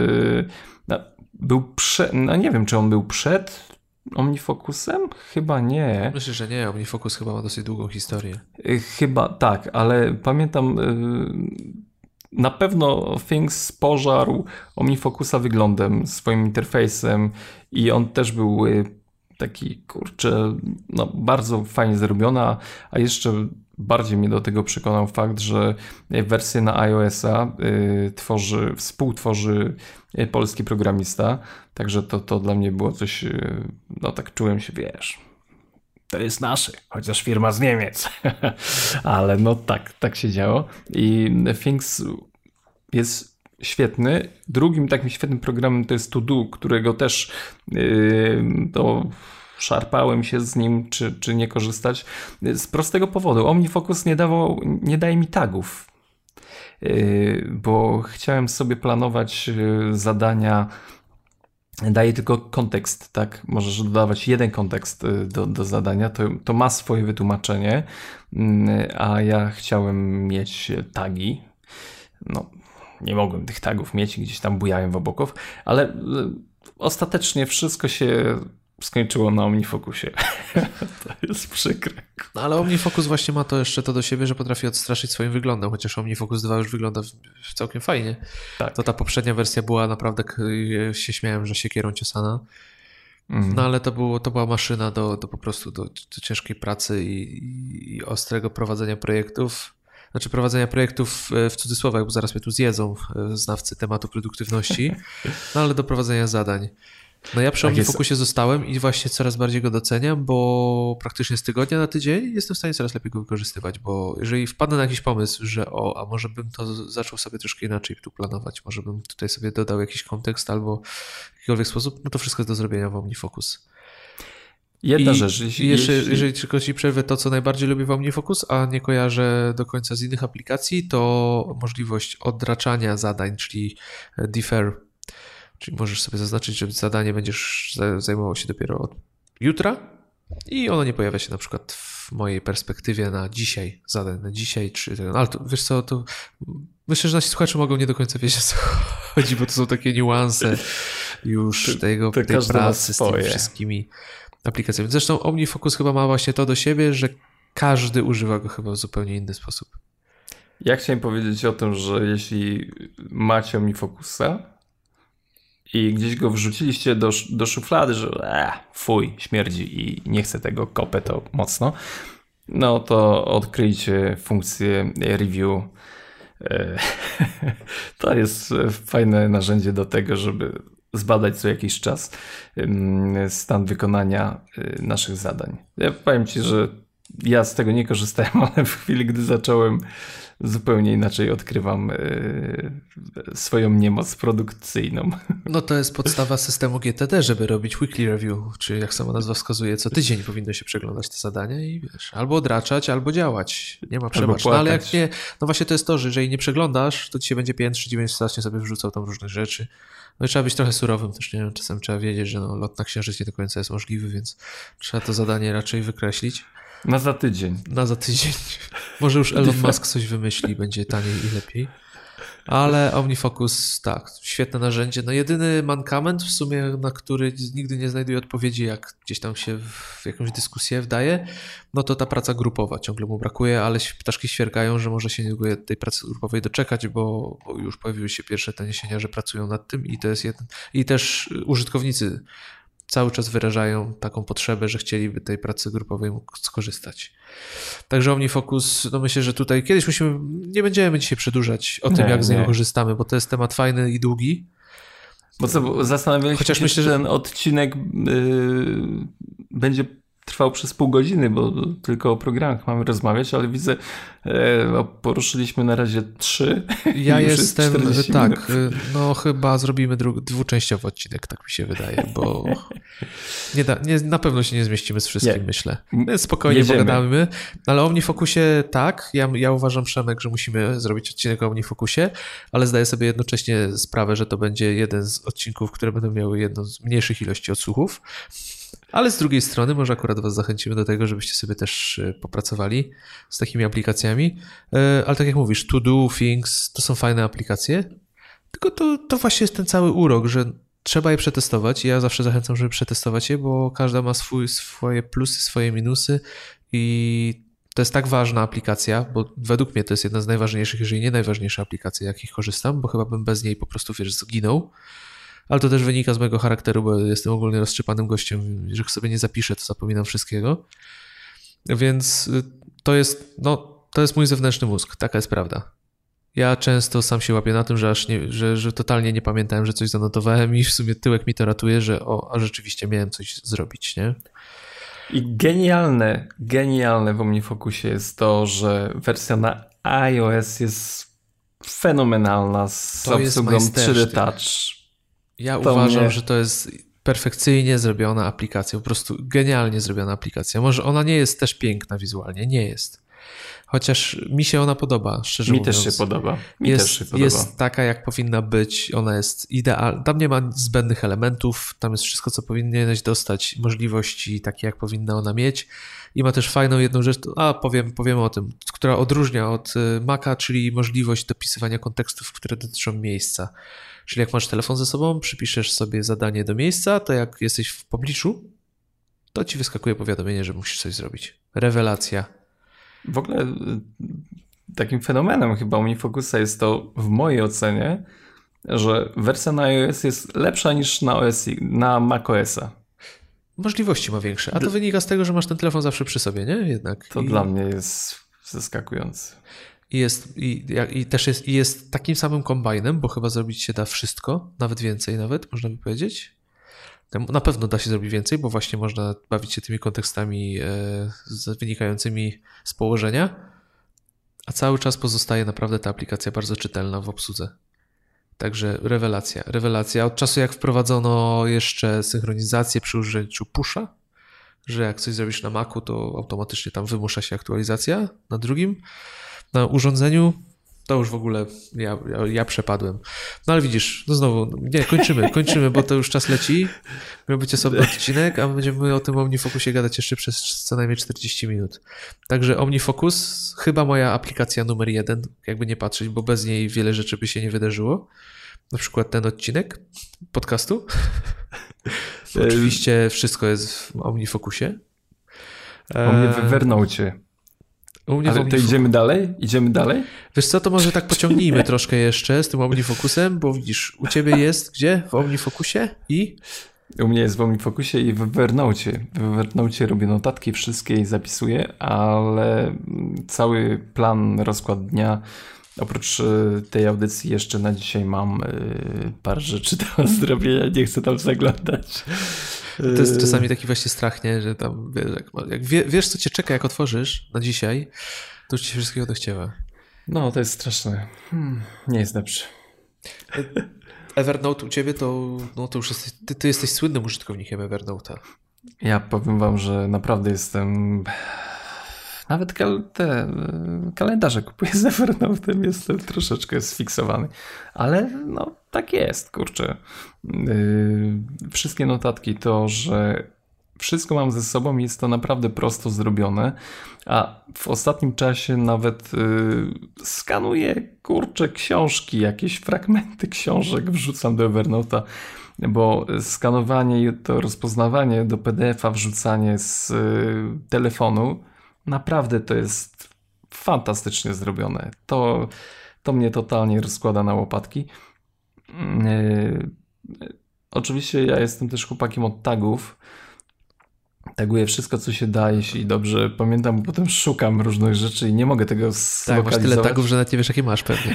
był nie wiem, czy on był przed OmniFocusem? Chyba nie. Myślę, że nie. OmniFocus chyba ma dosyć długą historię. Chyba tak, ale pamiętam na pewno Things pożarł OmniFocusa wyglądem, swoim interfejsem i on też był taki, kurczę, no bardzo fajnie zrobiona, a jeszcze bardziej mnie do tego przekonał fakt, że wersję na iOS-a współtworzy polski programista, także to dla mnie było coś, no tak czułem się, wiesz, to jest nasze, chociaż firma z Niemiec, ale no tak się działo i Things jest świetny. Drugim takim świetnym programem to jest To Do, którego też szarpałem się z nim, czy nie korzystać. Z prostego powodu. OmniFocus nie daje mi tagów, bo chciałem sobie planować zadania. Daje tylko kontekst, tak? Możesz dodawać jeden kontekst do zadania. To ma swoje wytłumaczenie, a ja chciałem mieć tagi. No, nie mogłem tych tagów mieć, gdzieś tam bujałem wokół, ale ostatecznie wszystko się skończyło na OmniFocusie. To jest przykre. No, ale OmniFocus właśnie ma to jeszcze to do siebie, że potrafi odstraszyć swoim wyglądem, chociaż OmniFocus 2 już wygląda całkiem fajnie. Tak. To ta poprzednia wersja była naprawdę, się śmiałem, że siekierą ciosana. No ale to była maszyna do po prostu do ciężkiej pracy i ostrego prowadzenia projektów. Znaczy prowadzenia projektów w cudzysłowach, bo zaraz mnie tu zjedzą znawcy tematu produktywności, no ale do prowadzenia zadań. No ja przy OmniFocusie zostałem i właśnie coraz bardziej go doceniam, bo praktycznie z tygodnia na tydzień jestem w stanie coraz lepiej go wykorzystywać, bo jeżeli wpadnę na jakiś pomysł, że a może bym to zaczął sobie troszkę inaczej tu planować, może bym tutaj sobie dodał jakiś kontekst albo w jakikolwiek sposób, no to wszystko jest do zrobienia w OmniFocus. Jedna rzecz. Jeżeli tylko ci przerwę to, co najbardziej lubię w OmniFocus, a nie kojarzę do końca z innych aplikacji, to możliwość odraczania zadań, czyli defer. Czyli możesz sobie zaznaczyć, że zadanie będziesz zajmował się dopiero od jutra i ono nie pojawia się na przykład w mojej perspektywie na dzisiaj, zadań na dzisiaj, ale to, wiesz co, to myślę, że nasi słuchacze mogą nie do końca wiedzieć, o co chodzi, bo to są takie niuanse już tej pracy z tymi wszystkimi aplikacjami. Zresztą OmniFocus chyba ma właśnie to do siebie, że każdy używa go chyba w zupełnie inny sposób. Ja chciałem powiedzieć o tym, że jeśli macie OmniFocusa i gdzieś go wrzuciliście do szuflady, że fuj, śmierdzi i nie chcę tego, kopę to mocno, no to odkryjcie funkcję review. To jest fajne narzędzie do tego, żeby zbadać co jakiś czas stan wykonania naszych zadań. Ja powiem Ci, że ja z tego nie korzystałem, ale w chwili, gdy zacząłem, zupełnie inaczej odkrywam swoją niemoc produkcyjną. No to jest podstawa systemu GTD, żeby robić weekly review, czy jak sama nazwa wskazuje, co tydzień powinno się przeglądać te zadania i wiesz, albo odraczać, albo działać. Nie ma przebacz. No ale jak nie, no właśnie to jest to, że jeżeli nie przeglądasz, to ci się będzie piętrzyć i będziesz strasznie sobie wrzucał tam różne rzeczy. No i trzeba być trochę surowym też, nie wiem, czasem trzeba wiedzieć, że no, lot na księżyc nie do końca jest możliwy, więc trzeba to zadanie raczej wykreślić. Na za tydzień. Może już Elon Musk coś wymyśli, będzie taniej i lepiej. Ale OmniFocus, tak, świetne narzędzie. No jedyny mankament w sumie, na który nigdy nie znajduję odpowiedzi, jak gdzieś tam się w jakąś dyskusję wdaje, no to ta praca grupowa. Ciągle mu brakuje, ale ptaszki świerkają, że może się niedługo tej pracy grupowej doczekać, bo już pojawiły się pierwsze doniesienia, że pracują nad tym i to jest i też użytkownicy cały czas wyrażają taką potrzebę, że chcieliby tej pracy grupowej skorzystać. Także OmniFocus, no myślę, że tutaj kiedyś nie będziemy dzisiaj przedłużać o tym, jak z niego korzystamy, bo to jest temat fajny i długi. Bo zastanawialiśmy się, myślę, że ten odcinek będzie trwał przez pół godziny, bo tylko o programach mamy rozmawiać, ale widzę, poruszyliliśmy na razie 3. Ja jestem, tak, no chyba zrobimy dwuczęściowy odcinek, tak mi się wydaje, bo na pewno się nie zmieścimy z wszystkim, myślę. Spokojnie pogadamy, ale o OmniFocusie tak, ja uważam, Przemek, że musimy zrobić odcinek o OmniFocusie, ale zdaję sobie jednocześnie sprawę, że to będzie jeden z odcinków, które będą miały jedną z mniejszych ilości odsłuchów. Ale z drugiej strony może akurat was zachęcimy do tego, żebyście sobie też popracowali z takimi aplikacjami. Ale tak jak mówisz, To Do, Things, to są fajne aplikacje, tylko to właśnie jest ten cały urok, że trzeba je przetestować. Ja zawsze zachęcam, żeby przetestować je, bo każda ma swoje plusy, swoje minusy i to jest tak ważna aplikacja, bo według mnie to jest jedna z najważniejszych, jeżeli nie najważniejsza aplikacja, jakich korzystam, bo chyba bym bez niej po prostu, zginął. Ale to też wynika z mojego charakteru, bo jestem ogólnie roztrzepanym gościem. Jeżeli sobie nie zapiszę, to zapominam wszystkiego. Więc to jest mój zewnętrzny mózg. Taka jest prawda. Ja często sam się łapię na tym, że totalnie nie pamiętałem, że coś zanotowałem i w sumie tyłek mi to ratuje, że a rzeczywiście miałem coś zrobić, nie? I genialne w OmniFocusie jest to, że wersja na iOS jest fenomenalna z obsługą 3D Touch. Ja uważam, że to jest perfekcyjnie zrobiona aplikacja, po prostu genialnie zrobiona aplikacja. Może ona nie jest też piękna wizualnie, nie jest. Chociaż mi się ona podoba, szczerze mówiąc. Mi też się podoba. Jest taka, jak powinna być. Ona jest idealna. Tam nie ma zbędnych elementów. Tam jest wszystko, co powinieneś dostać. Możliwości takie, jak powinna ona mieć. I ma też fajną jedną rzecz, powiemy o tym, która odróżnia od Maca, czyli możliwość dopisywania kontekstów, które dotyczą miejsca. Czyli jak masz telefon ze sobą, przypiszesz sobie zadanie do miejsca, to jak jesteś w pobliczu, to ci wyskakuje powiadomienie, że musisz coś zrobić. Rewelacja. W ogóle takim fenomenem chyba OmniFocusa jest to, w mojej ocenie, że wersja na iOS jest lepsza niż na macOS-a. Możliwości ma większe, a to wynika z tego, że masz ten telefon zawsze przy sobie, nie? Jednak. To dla mnie jest zaskakujące. Jest takim samym kombajnem, bo chyba zrobić się da wszystko, nawet więcej można by powiedzieć. Na pewno da się zrobić więcej, bo właśnie można bawić się tymi kontekstami wynikającymi z położenia, a cały czas pozostaje naprawdę ta aplikacja bardzo czytelna w obsłudze. Także rewelacja. Od czasu jak wprowadzono jeszcze synchronizację przy użyciu pusha, że jak coś zrobisz na Macu, to automatycznie tam wymusza się aktualizacja na drugim. Na urządzeniu to już w ogóle ja przepadłem. No ale widzisz, no znowu, nie, kończymy, bo to już czas leci. Miał być osobny odcinek, a my będziemy o tym OmniFocusie gadać jeszcze przez co najmniej 40 minut. Także OmniFocus, chyba moja aplikacja numer 1, jakby nie patrzeć, bo bez niej wiele rzeczy by się nie wydarzyło. Na przykład ten odcinek podcastu. Oczywiście wszystko jest w OmniFocusie. U mnie w Evernote. Ale to idziemy dalej? Idziemy dalej? Wiesz co, to może tak pociągnijmy troszkę jeszcze z tym OmniFocusem, bo widzisz, u ciebie jest gdzie? W OmniFocusie i... U mnie jest w OmniFocusie i w Evernote. W Evernote robię notatki wszystkie i zapisuję, ale cały plan, rozkład dnia, oprócz tej audycji jeszcze na dzisiaj mam parę rzeczy do zrobienia, nie chcę tam zaglądać. To jest czasami taki właśnie strach, nie? Że tam wiesz co cię czeka, jak otworzysz na dzisiaj, to już ci się wszystkiego dochciewa. No, to jest straszne. Nie jest dobrze. Evernote u ciebie to już ty jesteś słynnym użytkownikiem Evernote'a. Ja powiem wam, że naprawdę jestem... Nawet kalendarze kupuję z Evernote'em, jestem troszeczkę sfiksowany. Ale no tak jest, kurczę. Wszystkie notatki to, że wszystko mam ze sobą i jest to naprawdę prosto zrobione. A w ostatnim czasie nawet skanuję, kurczę, książki, jakieś fragmenty książek wrzucam do Evernote'a, bo skanowanie i to rozpoznawanie do PDF-a, wrzucanie z telefonu, naprawdę to jest fantastycznie zrobione. To mnie totalnie rozkłada na łopatki. Oczywiście ja jestem też chłopakiem od tagów. Taguję wszystko, co się da, jeśli dobrze pamiętam, bo potem szukam różnych rzeczy i nie mogę tego zlokalizować. Tak, masz tyle tagów, że nawet nie wiesz, jakie masz pewnie.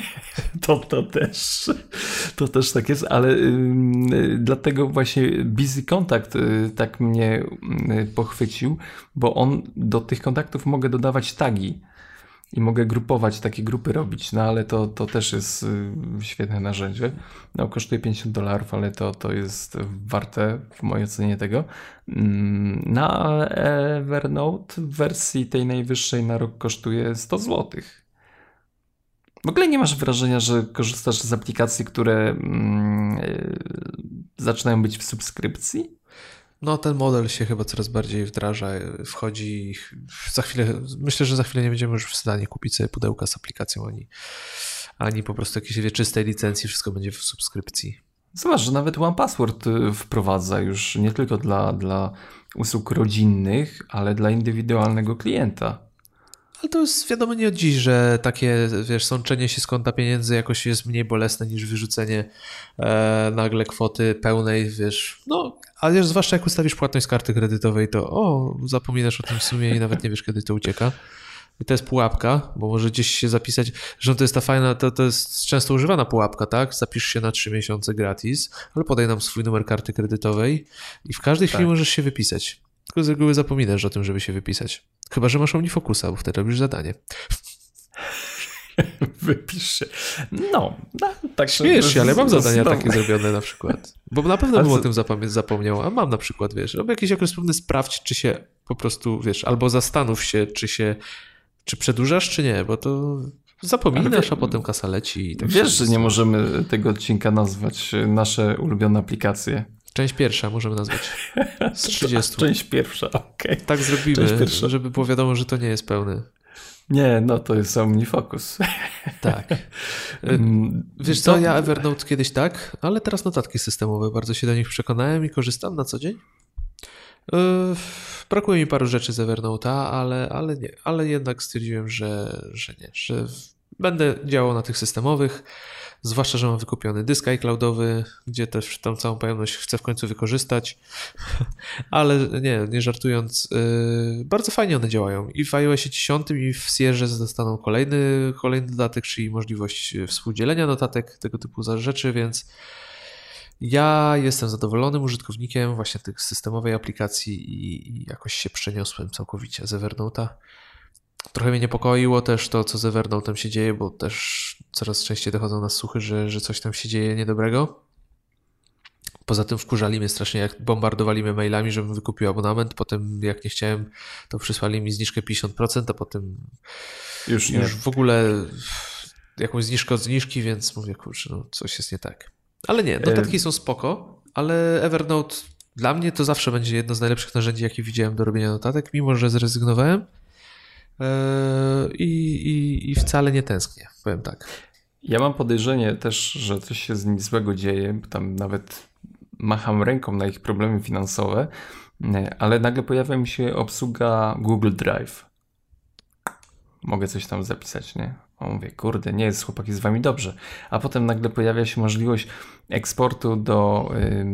To też tak jest, ale dlatego właśnie Busy Contact tak mnie pochwycił, bo do tych kontaktów mogę dodawać tagi i mogę grupować, takie grupy robić, no ale to też jest świetne narzędzie. No, kosztuje $50, ale to jest warte w mojej ocenie tego. Na Evernote w wersji tej najwyższej na rok kosztuje $100. W ogóle nie masz wrażenia, że korzystasz z aplikacji, które zaczynają być w subskrypcji? No, ten model się chyba coraz bardziej wdraża, wchodzi za chwilę, myślę, że za chwilę nie będziemy już w stanie kupić sobie pudełka z aplikacją, ani po prostu jakiejś wieczystej licencji, wszystko będzie w subskrypcji. Zobacz, że nawet OnePassword wprowadza już nie tylko dla usług rodzinnych, ale dla indywidualnego klienta. Ale to jest wiadomo nie od dziś, że takie, wiesz, sączenie się z konta pieniędzy jakoś jest mniej bolesne niż wyrzucenie nagle kwoty pełnej, wiesz, no, ale zwłaszcza jak ustawisz płatność z karty kredytowej, to zapominasz o tym w sumie i nawet nie wiesz, kiedy to ucieka. I to jest pułapka, bo może gdzieś się zapisać, że to jest ta fajna, to jest często używana pułapka, tak? Zapisz się na 3 miesiące gratis, ale podaj nam swój numer karty kredytowej i w każdej chwili możesz się wypisać. Tylko z reguły zapominasz o tym, żeby się wypisać. Chyba że masz OmniFocusa, bo wtedy robisz zadanie. Wypisz się. No tak. Śmiejesz się, ale mam zadania takie zrobione na przykład. Bo na pewno bym o tym zapomniał, a mam na przykład, wiesz, robię jakiś okres pewny, sprawdź, czy się po prostu, wiesz, albo zastanów się, czy przedłużasz, czy nie, bo to zapominasz, a potem kasa leci. I tak wiesz, że nie możemy tego odcinka nazwać nasze ulubione aplikacje. Część pierwsza możemy nazwać. Z 30. Część pierwsza, okej. Tak zrobimy, żeby było wiadomo, że to nie jest pełny. Nie, no to jest OmniFocus. Tak. Wiesz co, ja Evernote kiedyś tak, ale teraz notatki systemowe. Bardzo się do nich przekonałem i korzystam na co dzień. Brakuje mi paru rzeczy z Evernote'a, ale nie. Ale jednak stwierdziłem, że nie. Że będę działał na tych systemowych. Zwłaszcza, że mam wykupiony dysk iCloudowy, gdzie też tą całą pojemność chcę w końcu wykorzystać. Ale nie żartując, bardzo fajnie one działają. I w iOSie 10 i w Sierze dostaną kolejny dodatek, czyli możliwość współdzielenia notatek, tego typu rzeczy, więc ja jestem zadowolonym użytkownikiem właśnie tych systemowej aplikacji i jakoś się przeniosłem całkowicie z Evernote'a. Trochę mnie niepokoiło też to, co z Evernote'em się dzieje, bo też coraz częściej dochodzą nas słuchy, że coś tam się dzieje niedobrego. Poza tym wkurzali mnie strasznie, jak bombardowali mnie mailami, żebym wykupił abonament. Potem jak nie chciałem, to przysłali mi zniżkę 50%, a potem już w ogóle jakąś zniżkę od zniżki, więc mówię, kurczę, no coś jest nie tak. Ale nie, notatki są spoko, ale Evernote dla mnie to zawsze będzie jedno z najlepszych narzędzi, jakie widziałem do robienia notatek, mimo że zrezygnowałem. I wcale nie tęsknię, powiem tak. Ja mam podejrzenie też, że coś się z nim złego dzieje. Tam nawet macham ręką na ich problemy finansowe, ale nagle pojawia mi się obsługa Google Drive. Mogę coś tam zapisać, nie? A mówię, kurde, nie jest chłopaki z wami dobrze. A potem nagle pojawia się możliwość eksportu do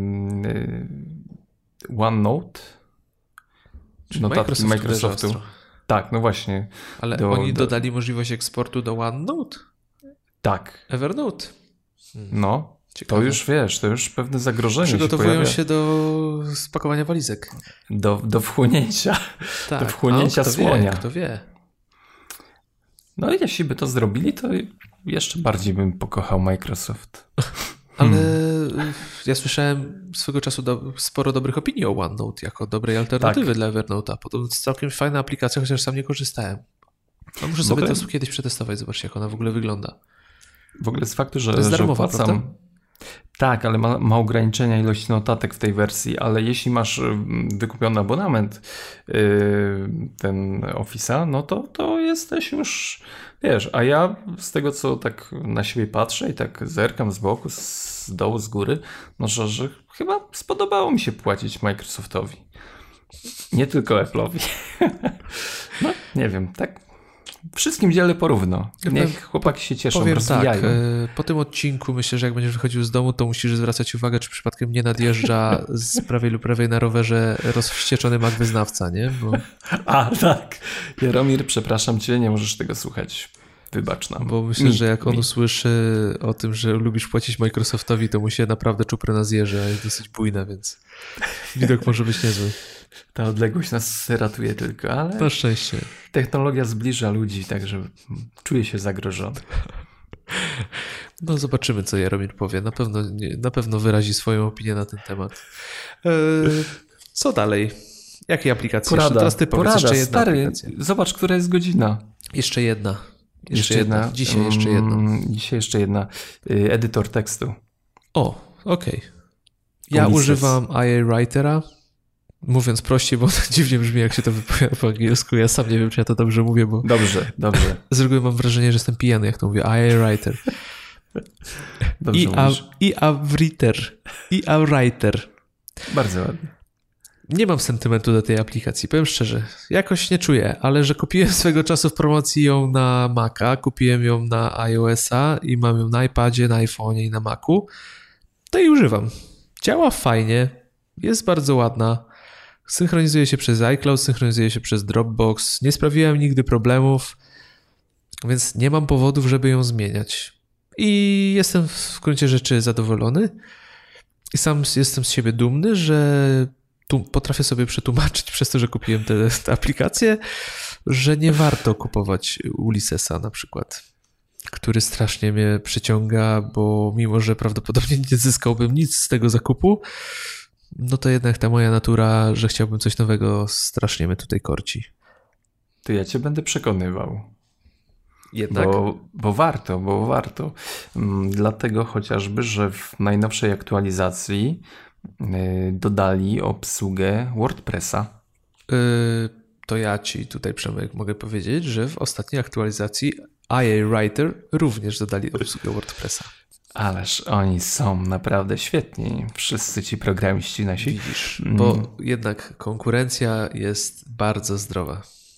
OneNote. Notatki Microsoftu. Tak, no właśnie. Ale oni dodali możliwość eksportu do OneNote? Tak. Evernote? No, ciekawe. To już wiesz, to już pewne zagrożenie przygotowują się do spakowania walizek. Do wchłonięcia. Tak. Do wchłonięcia słonia. Kto wie. No i jeśli by to zrobili, to jeszcze bardziej bym pokochał Microsoft. Ale ja słyszałem swego czasu sporo dobrych opinii o OneNote jako dobrej alternatywy dla Evernote'a. Podobno to całkiem fajna aplikacja, chociaż sam nie korzystałem. No muszę sobie to kiedyś przetestować, zobaczyć jak ona w ogóle wygląda. W ogóle z faktu, że, to jest darmowa, że opłacam... Tak, ale ma ograniczenia ilości notatek w tej wersji, ale jeśli masz wykupiony abonament ten Office'a, no to jesteś już, wiesz, a ja z tego, co tak na siebie patrzę i tak zerkam z boku, z dołu, z góry, no że chyba spodobało mi się płacić Microsoftowi. Nie tylko Apple'owi. No, nie wiem, tak. Wszystkim dzielę porówno. Niech chłopaki się cieszą, powiem rozwijają. Tak, po tym odcinku myślę, że jak będziesz wychodził z domu, to musisz zwracać uwagę, czy przypadkiem nie nadjeżdża z prawej lub prawej na rowerze rozwścieczony Mac wyznawca, nie? A, tak. Jaromir, przepraszam cię, nie możesz tego słuchać. Wybacz nam. Bo myślę, że jak on usłyszy o tym, że lubisz płacić Microsoftowi, to mu się naprawdę czuprena zjeży, a jest dosyć bujna, więc widok może być niezły. Ta odległość nas ratuje tylko, ale... Na szczęście. Technologia zbliża ludzi, także czuję się zagrożony. No zobaczymy, co Jaromir powie. Na pewno wyrazi swoją opinię na ten temat. Co dalej? Jakie aplikacje? Porada, teraz ty powiedz, jeszcze jedna stary, aplikacja. Zobacz, która jest godzina. Jeszcze jedna. Dzisiaj jeszcze jedna. Dzisiaj jeszcze jedna. Edytor tekstu. O, okej. Ja używam IA Writera. Mówiąc prościej, bo to dziwnie brzmi, jak się to wypowiada po angielsku. Ja sam nie wiem, czy ja to dobrze mówię, bo... Dobrze. Z reguły mam wrażenie, że jestem pijany, jak to mówię. IA Writer. IA Writer. Bardzo ładnie. Nie mam sentymentu do tej aplikacji, powiem szczerze. Jakoś nie czuję, ale że kupiłem swego czasu w promocji ją na Maca, kupiłem ją na iOS-a i mam ją na iPadzie, na iPhone'ie i na Macu, to i używam. Działa fajnie, jest bardzo ładna. Synchronizuje się przez iCloud, synchronizuje się przez Dropbox. Nie sprawiłem nigdy problemów, więc nie mam powodów, żeby ją zmieniać. I jestem w gruncie rzeczy zadowolony. I sam jestem z siebie dumny, że potrafię sobie przetłumaczyć przez to, że kupiłem tę aplikację, że nie warto kupować Ulyssesa na przykład, który strasznie mnie przyciąga, bo mimo, że prawdopodobnie nie zyskałbym nic z tego zakupu, no to jednak ta moja natura, że chciałbym coś nowego, strasznie mnie tutaj korci. To ja cię będę przekonywał. Jednak? Bo warto. Dlatego chociażby, że w najnowszej aktualizacji dodali obsługę WordPressa. To ja ci tutaj, Przemek, mogę powiedzieć, że w ostatniej aktualizacji IA Writer również dodali obsługę WordPressa. Ależ oni są naprawdę świetni. Wszyscy ci programiści nasi. Widzisz, bo jednak konkurencja jest bardzo zdrowa.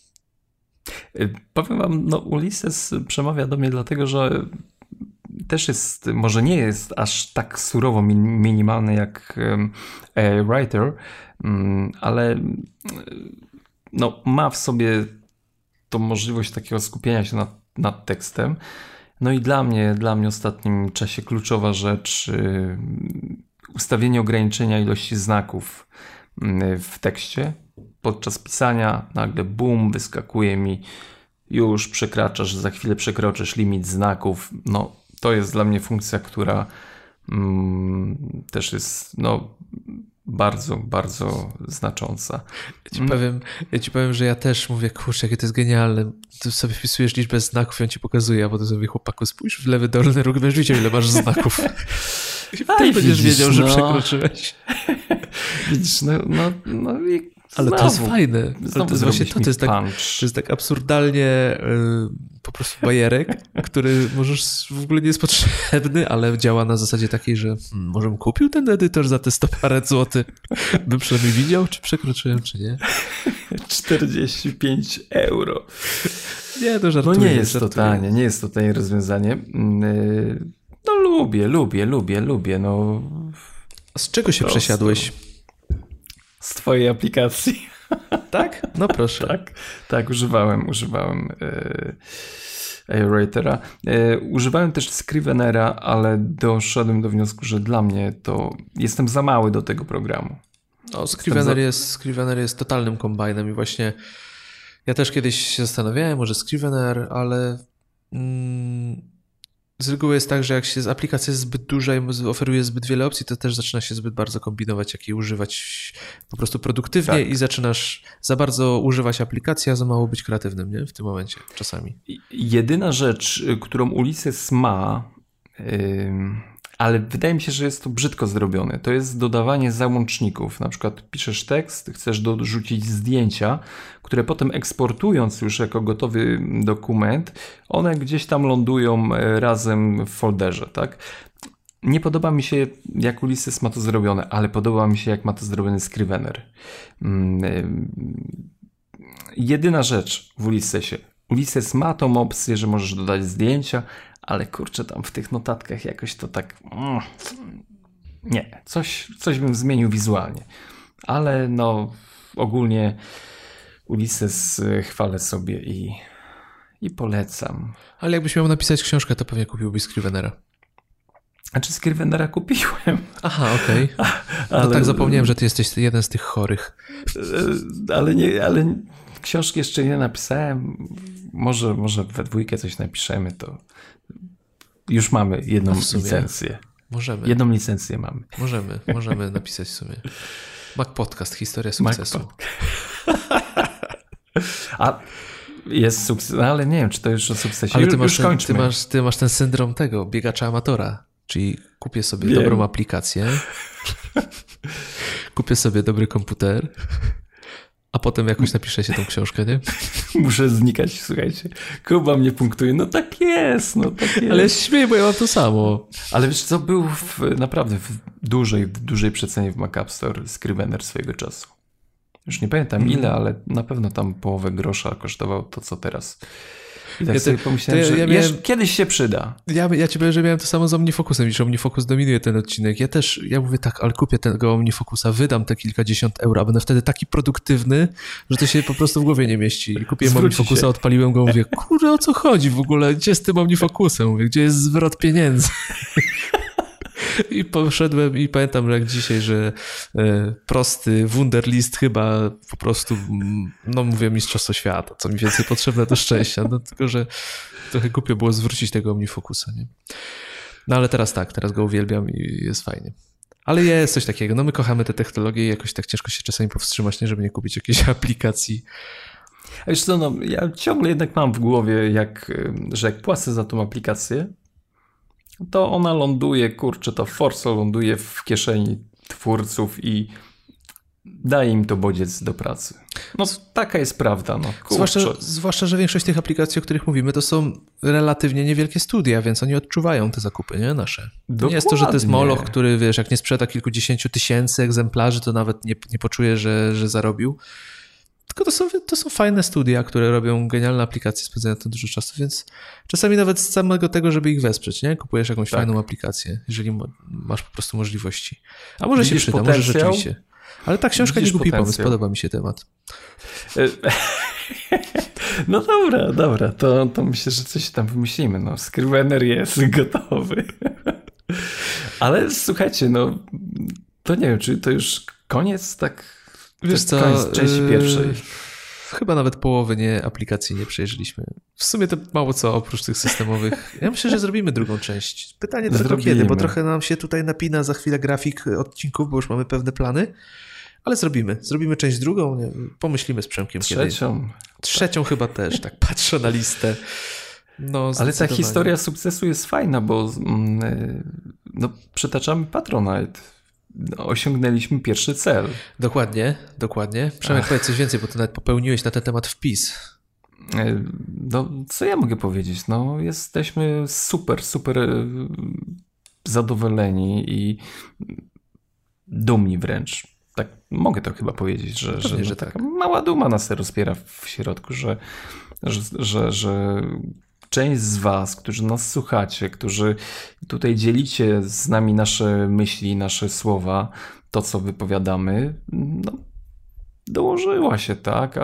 Powiem wam, Ulysses przemawia do mnie dlatego, że też jest, może nie jest aż tak surowo minimalny jak Writer, ale ma w sobie tą możliwość takiego skupienia się nad tekstem. No i dla mnie w ostatnim czasie kluczowa rzecz, ustawienie ograniczenia ilości znaków w tekście. Podczas pisania nagle bum, wyskakuje mi, już przekraczasz, za chwilę przekroczysz limit znaków. To jest dla mnie funkcja, która też jest bardzo, bardzo znacząca. Ja ci powiem, że ja też mówię, kurczę, jakie to jest genialne. Ty sobie wpisujesz liczbę znaków i on ci pokazuje, a potem sobie, chłopaku, spójrz w lewy dolny róg, będziesz widział, ile masz znaków. I będziesz wiedział, że przekroczyłeś. Widzisz, i Ale to jest fajne. Znowu to jest właśnie to jest tak absurdalnie po prostu bajerek, który możesz w ogóle nie jest potrzebny, ale działa na zasadzie takiej, że może bym kupił ten edytor za te 100 parę złotych. Bym przynajmniej widział, czy przekroczyłem, czy nie. 45 euro. Nie, to żartuję. No nie jest to tanie rozwiązanie. No lubię. No. A z czego się przesiadłeś? Z twojej aplikacji. Tak? No proszę. Tak, używałem Aeratora. Używałem też Scrivenera, ale doszedłem do wniosku, że dla mnie to jestem za mały do tego programu. No, Scrivener jest totalnym kombajnem i właśnie ja też kiedyś się zastanawiałem, może Scrivener, ale z reguły jest tak, że jak się aplikacja jest zbyt duża i oferuje zbyt wiele opcji, to też zaczyna się zbyt bardzo kombinować, jak jej używać po prostu produktywnie i zaczynasz za bardzo używać aplikacji, a za mało być kreatywnym, nie? W tym momencie czasami. Jedyna rzecz, którą Ulysses ma, ale wydaje mi się, że jest to brzydko zrobione, to jest dodawanie załączników. Na przykład piszesz tekst, chcesz dorzucić zdjęcia, które potem eksportując już jako gotowy dokument, one gdzieś tam lądują razem w folderze, tak? Nie podoba mi się, jak Ulysses ma to zrobione, ale podoba mi się, jak ma to zrobione Scrivener. Jedyna rzecz w Ulyssesie. Ulysses ma tą opcję, że możesz dodać zdjęcia, ale kurczę, tam w tych notatkach jakoś to tak... Nie, coś bym zmienił wizualnie. Ale no ogólnie Ulysses chwalę sobie i polecam. Ale jakbyś miał napisać książkę, to pewnie kupiłbyś Scrivenera. Znaczy Scrivenera kupiłem. Aha, okej. No tak, zapomniałem, że ty jesteś jeden z tych chorych. Ale książki jeszcze nie napisałem. Może we dwójkę coś napiszemy, to już mamy jedną licencję. Możemy. Jedną licencję mamy. Możemy napisać w sumie. Mac Podcast, historia sukcesu. A jest sukces, ale nie wiem, czy to już o sukcesie. Ale ty masz ten syndrom tego, biegacza amatora. Czyli kupię sobie dobrą aplikację, kupię sobie dobry komputer, a potem jakoś napiszę się tą książkę, nie? Muszę znikać, słuchajcie. Kuba mnie punktuje. No tak jest. Ale ja się śmieję, bo ja mam to samo. Ale wiesz co, był naprawdę w dużej przecenie w Mac App Store Scrivener swojego czasu. Już nie pamiętam ile, ale na pewno tam połowę grosza kosztował to, co teraz. I tak sobie pomyślałem, że kiedyś się przyda. Ja ci powiem, że miałem to samo z OmniFocusem, iż OmniFocus dominuje ten odcinek. Ja mówię tak, ale kupię tego OmniFocusa, wydam te kilkadziesiąt euro, a będę wtedy taki produktywny, że to się po prostu w głowie nie mieści. I kupiłem OmniFocusa, odpaliłem go, mówię, kurde, o co chodzi w ogóle? Gdzie z tym OmniFocusem? Mówię, gdzie jest zwrot pieniędzy? I poszedłem i pamiętam jak dzisiaj, że prosty Wunderlist chyba po prostu, no mówię, mistrzostwo świata, co mi więcej potrzebne do szczęścia, no tylko, że trochę głupio było zwrócić tego OmniFocusa, nie? No ale teraz go uwielbiam i jest fajnie. Ale jest coś takiego, no my kochamy te technologie i jakoś tak ciężko się czasami powstrzymać, nie, żeby nie kupić jakiejś aplikacji. A wiesz co, no ja ciągle jednak mam w głowie, że jak płacę za tą aplikację, to ona ląduje, ta Forza ląduje w kieszeni twórców i daje im to bodziec do pracy. No taka jest prawda. No, zwłaszcza, że większość tych aplikacji, o których mówimy, to są relatywnie niewielkie studia, więc oni odczuwają te zakupy, nie? Nasze. To nie jest to, że to jest moloch, który, wiesz, jak nie sprzeda kilkudziesięciu tysięcy egzemplarzy, to nawet nie poczuje, że zarobił. Tylko to są fajne studia, które robią genialne aplikacje, spędzają tam dużo czasu, więc czasami nawet z samego tego, żeby ich wesprzeć, nie? Kupujesz jakąś fajną aplikację, jeżeli masz po prostu możliwości. A może się przyda, może rzeczywiście. Ale ta książka nie głupi pomysł, podoba mi się temat. No dobra, to myślę, że coś tam wymyślimy. No, Scrivener jest gotowy. Ale słuchajcie, no to nie wiem, czy to już koniec Wiesz co, koniec części pierwszej. Chyba nawet połowy aplikacji nie przejrzeliśmy. W sumie to mało co oprócz tych systemowych. Ja myślę, że zrobimy drugą część. Pytanie tylko kiedy, bo trochę nam się tutaj napina za chwilę grafik odcinków, bo już mamy pewne plany. Ale zrobimy część drugą, nie? Pomyślimy z Przemkiem Trzecią chyba też, tak patrzę na listę. No, ale ta historia sukcesu jest fajna, bo przytaczamy Patronite. osiągnęliśmy pierwszy cel. Dokładnie. Przemek, powiedz coś więcej, bo ty nawet popełniłeś na ten temat wpis. No, co ja mogę powiedzieć? No, jesteśmy super zadowoleni i dumni wręcz. Tak, mogę to chyba powiedzieć, że taka mała duma nas rozpiera w środku, że część z was, którzy nas słuchacie, którzy tutaj dzielicie z nami nasze myśli, nasze słowa, to co wypowiadamy, no, dołożyła się, tak,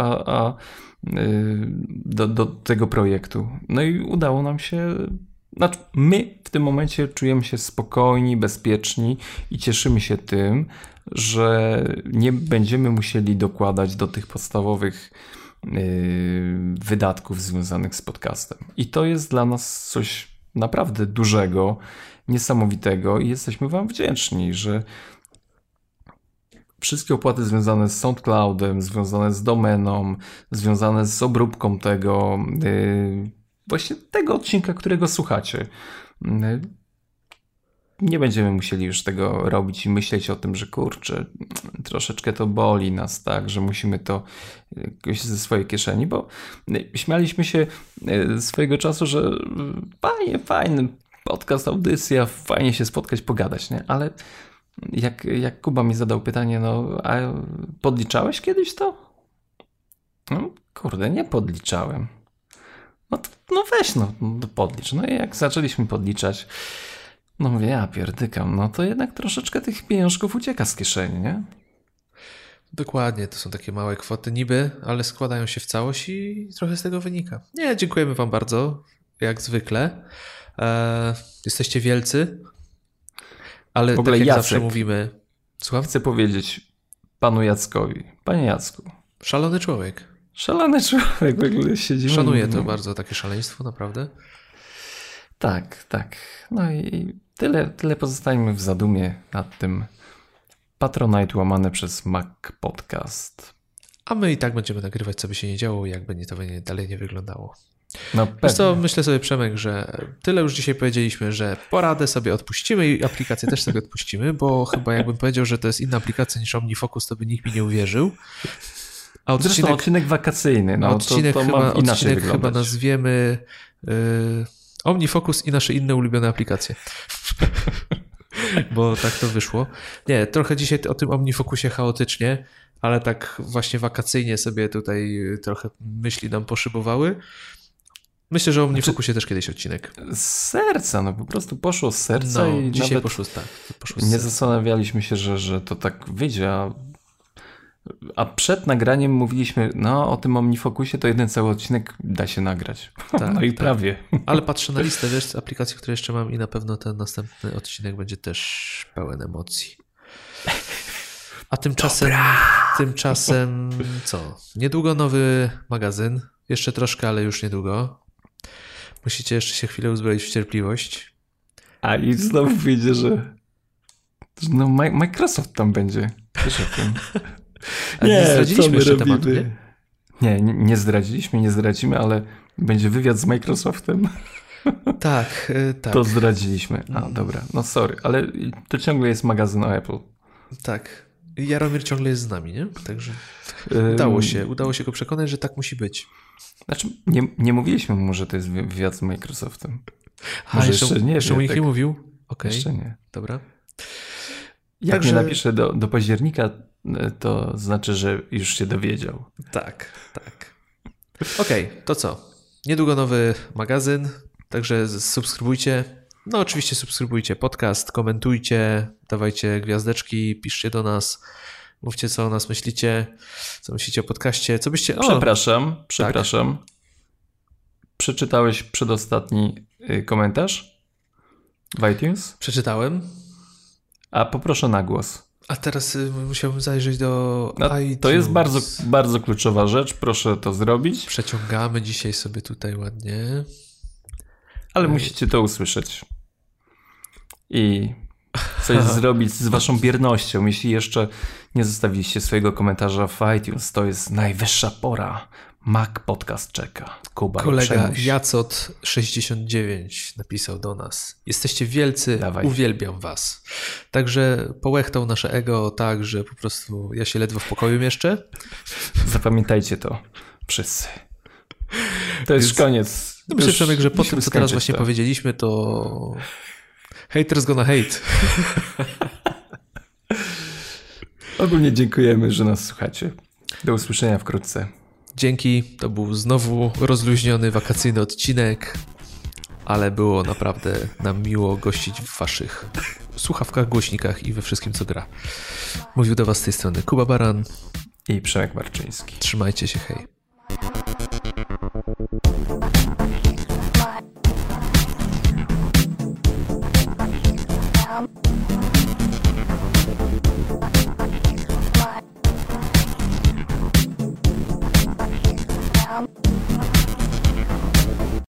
do tego projektu. No i udało nam się, znaczy my w tym momencie czujemy się spokojni, bezpieczni i cieszymy się tym, że nie będziemy musieli dokładać do tych podstawowych wydatków związanych z podcastem. I to jest dla nas coś naprawdę dużego, niesamowitego i jesteśmy wam wdzięczni, że wszystkie opłaty związane z SoundCloudem, związane z domeną, związane z obróbką tego, właśnie tego odcinka, którego słuchacie. Nie będziemy musieli już tego robić i myśleć o tym, że kurczę, troszeczkę to boli nas, tak, że musimy to jakoś ze swojej kieszeni, bo śmialiśmy się swojego czasu, że fajny podcast, audycja, fajnie się spotkać, pogadać, nie? Ale jak Kuba mi zadał pytanie, no a podliczałeś kiedyś to? No, kurde, nie podliczałem. No weź, podlicz. No i jak zaczęliśmy podliczać, no mówię, ja pierdykam, no to jednak troszeczkę tych pieniążków ucieka z kieszeni, nie? Dokładnie, to są takie małe kwoty niby, ale składają się w całość i trochę z tego wynika. Nie, dziękujemy wam bardzo, jak zwykle. Jesteście wielcy, ale w ogóle tak jak Jacek, zawsze mówimy... Słucham? Chcę powiedzieć panu Jackowi, panie Jacku. Szalony człowiek. Szalony człowiek, w ogóle siedzimy. Szanuję to bardzo, takie szaleństwo, naprawdę. Tak. No i tyle pozostajemy w zadumie nad tym. Patronite łamane przez Mac Podcast. A my i tak będziemy nagrywać, co by się nie działo, jakby to dalej nie wyglądało. No Wiesz co, myślę sobie, Przemek, że tyle już dzisiaj powiedzieliśmy, że poradę sobie odpuścimy i aplikację też sobie odpuścimy, bo chyba jakbym powiedział, że to jest inna aplikacja niż OmniFocus, to by nikt mi nie uwierzył. A odcinek wakacyjny. No, odcinek chyba nazwiemy OmniFocus i nasze inne ulubione aplikacje. Bo tak to wyszło. Nie, trochę dzisiaj o tym OmniFocusie chaotycznie, ale tak właśnie wakacyjnie sobie tutaj trochę myśli nam poszybowały. Myślę, że o OmniFocusie też kiedyś odcinek. Z serca, no po prostu poszło z serca i dzisiaj nawet poszło z nie serca. zastanawialiśmy się, że to tak wyjdzie, a przed nagraniem mówiliśmy, no o tym OmniFocusie to jeden cały odcinek da się nagrać. Tak, no i prawie. Ale patrzę na listę, wiesz, aplikacji, które jeszcze mam i na pewno ten następny odcinek będzie też pełen emocji. A tymczasem co? Niedługo nowy magazyn. Jeszcze troszkę, ale już niedługo. Musicie jeszcze się chwilę uzbroić w cierpliwość. A i znowu wyjdzie, że no Microsoft tam będzie. Wiesz o tym. Nie zdradziliśmy jeszcze tematu, nie? Nie zdradziliśmy, nie zdradzimy, ale będzie wywiad z Microsoftem. Tak. To zdradziliśmy. A, dobra, no sorry, ale to ciągle jest magazyn o Apple. Tak. Jaromir ciągle jest z nami, nie? Także udało się go przekonać, że tak musi być. Znaczy, nie mówiliśmy mu, że to jest wywiad z Microsoftem. Może jeszcze nie. Jeszcze mu nikt nie mówił? Okay. Jeszcze nie. Dobra. Jak nie napiszę do października, to znaczy, że już się dowiedział. Tak. Okej, to co? Niedługo nowy magazyn, także subskrybujcie. No oczywiście subskrybujcie podcast, komentujcie, dawajcie gwiazdeczki, piszcie do nas, mówcie co o nas myślicie, co myślicie o podcaście, co byście... Przepraszam. Tak? Przeczytałeś przedostatni komentarz w iTunes? Przeczytałem. A poproszę na głos. A teraz musiałbym zajrzeć do iTunes. To jest bardzo, bardzo kluczowa rzecz, proszę to zrobić. Przeciągamy dzisiaj sobie tutaj ładnie. Ale musicie to usłyszeć. I coś zrobić z waszą biernością. Jeśli jeszcze nie zostawiliście swojego komentarza w iTunes, to jest najwyższa pora. Mac Podcast czeka. Kuba, kolega Jacot69 napisał do nas. Jesteście wielcy, uwielbiam was. Także połechtał nasze ego tak, że po prostu ja się ledwo w pokoju mieszczę. Zapamiętajcie to wszyscy. To jest koniec. No myślę, Przemek, że po tym, co teraz właśnie powiedzieliśmy, to haters gonna hate. Ogólnie dziękujemy, że nas słuchacie. Do usłyszenia wkrótce. Dzięki, to był znowu rozluźniony, wakacyjny odcinek, ale było naprawdę nam miło gościć w waszych słuchawkach, głośnikach i we wszystkim, co gra. Mówił do was z tej strony Kuba Baran i Przemek Marczyński. Trzymajcie się, hej.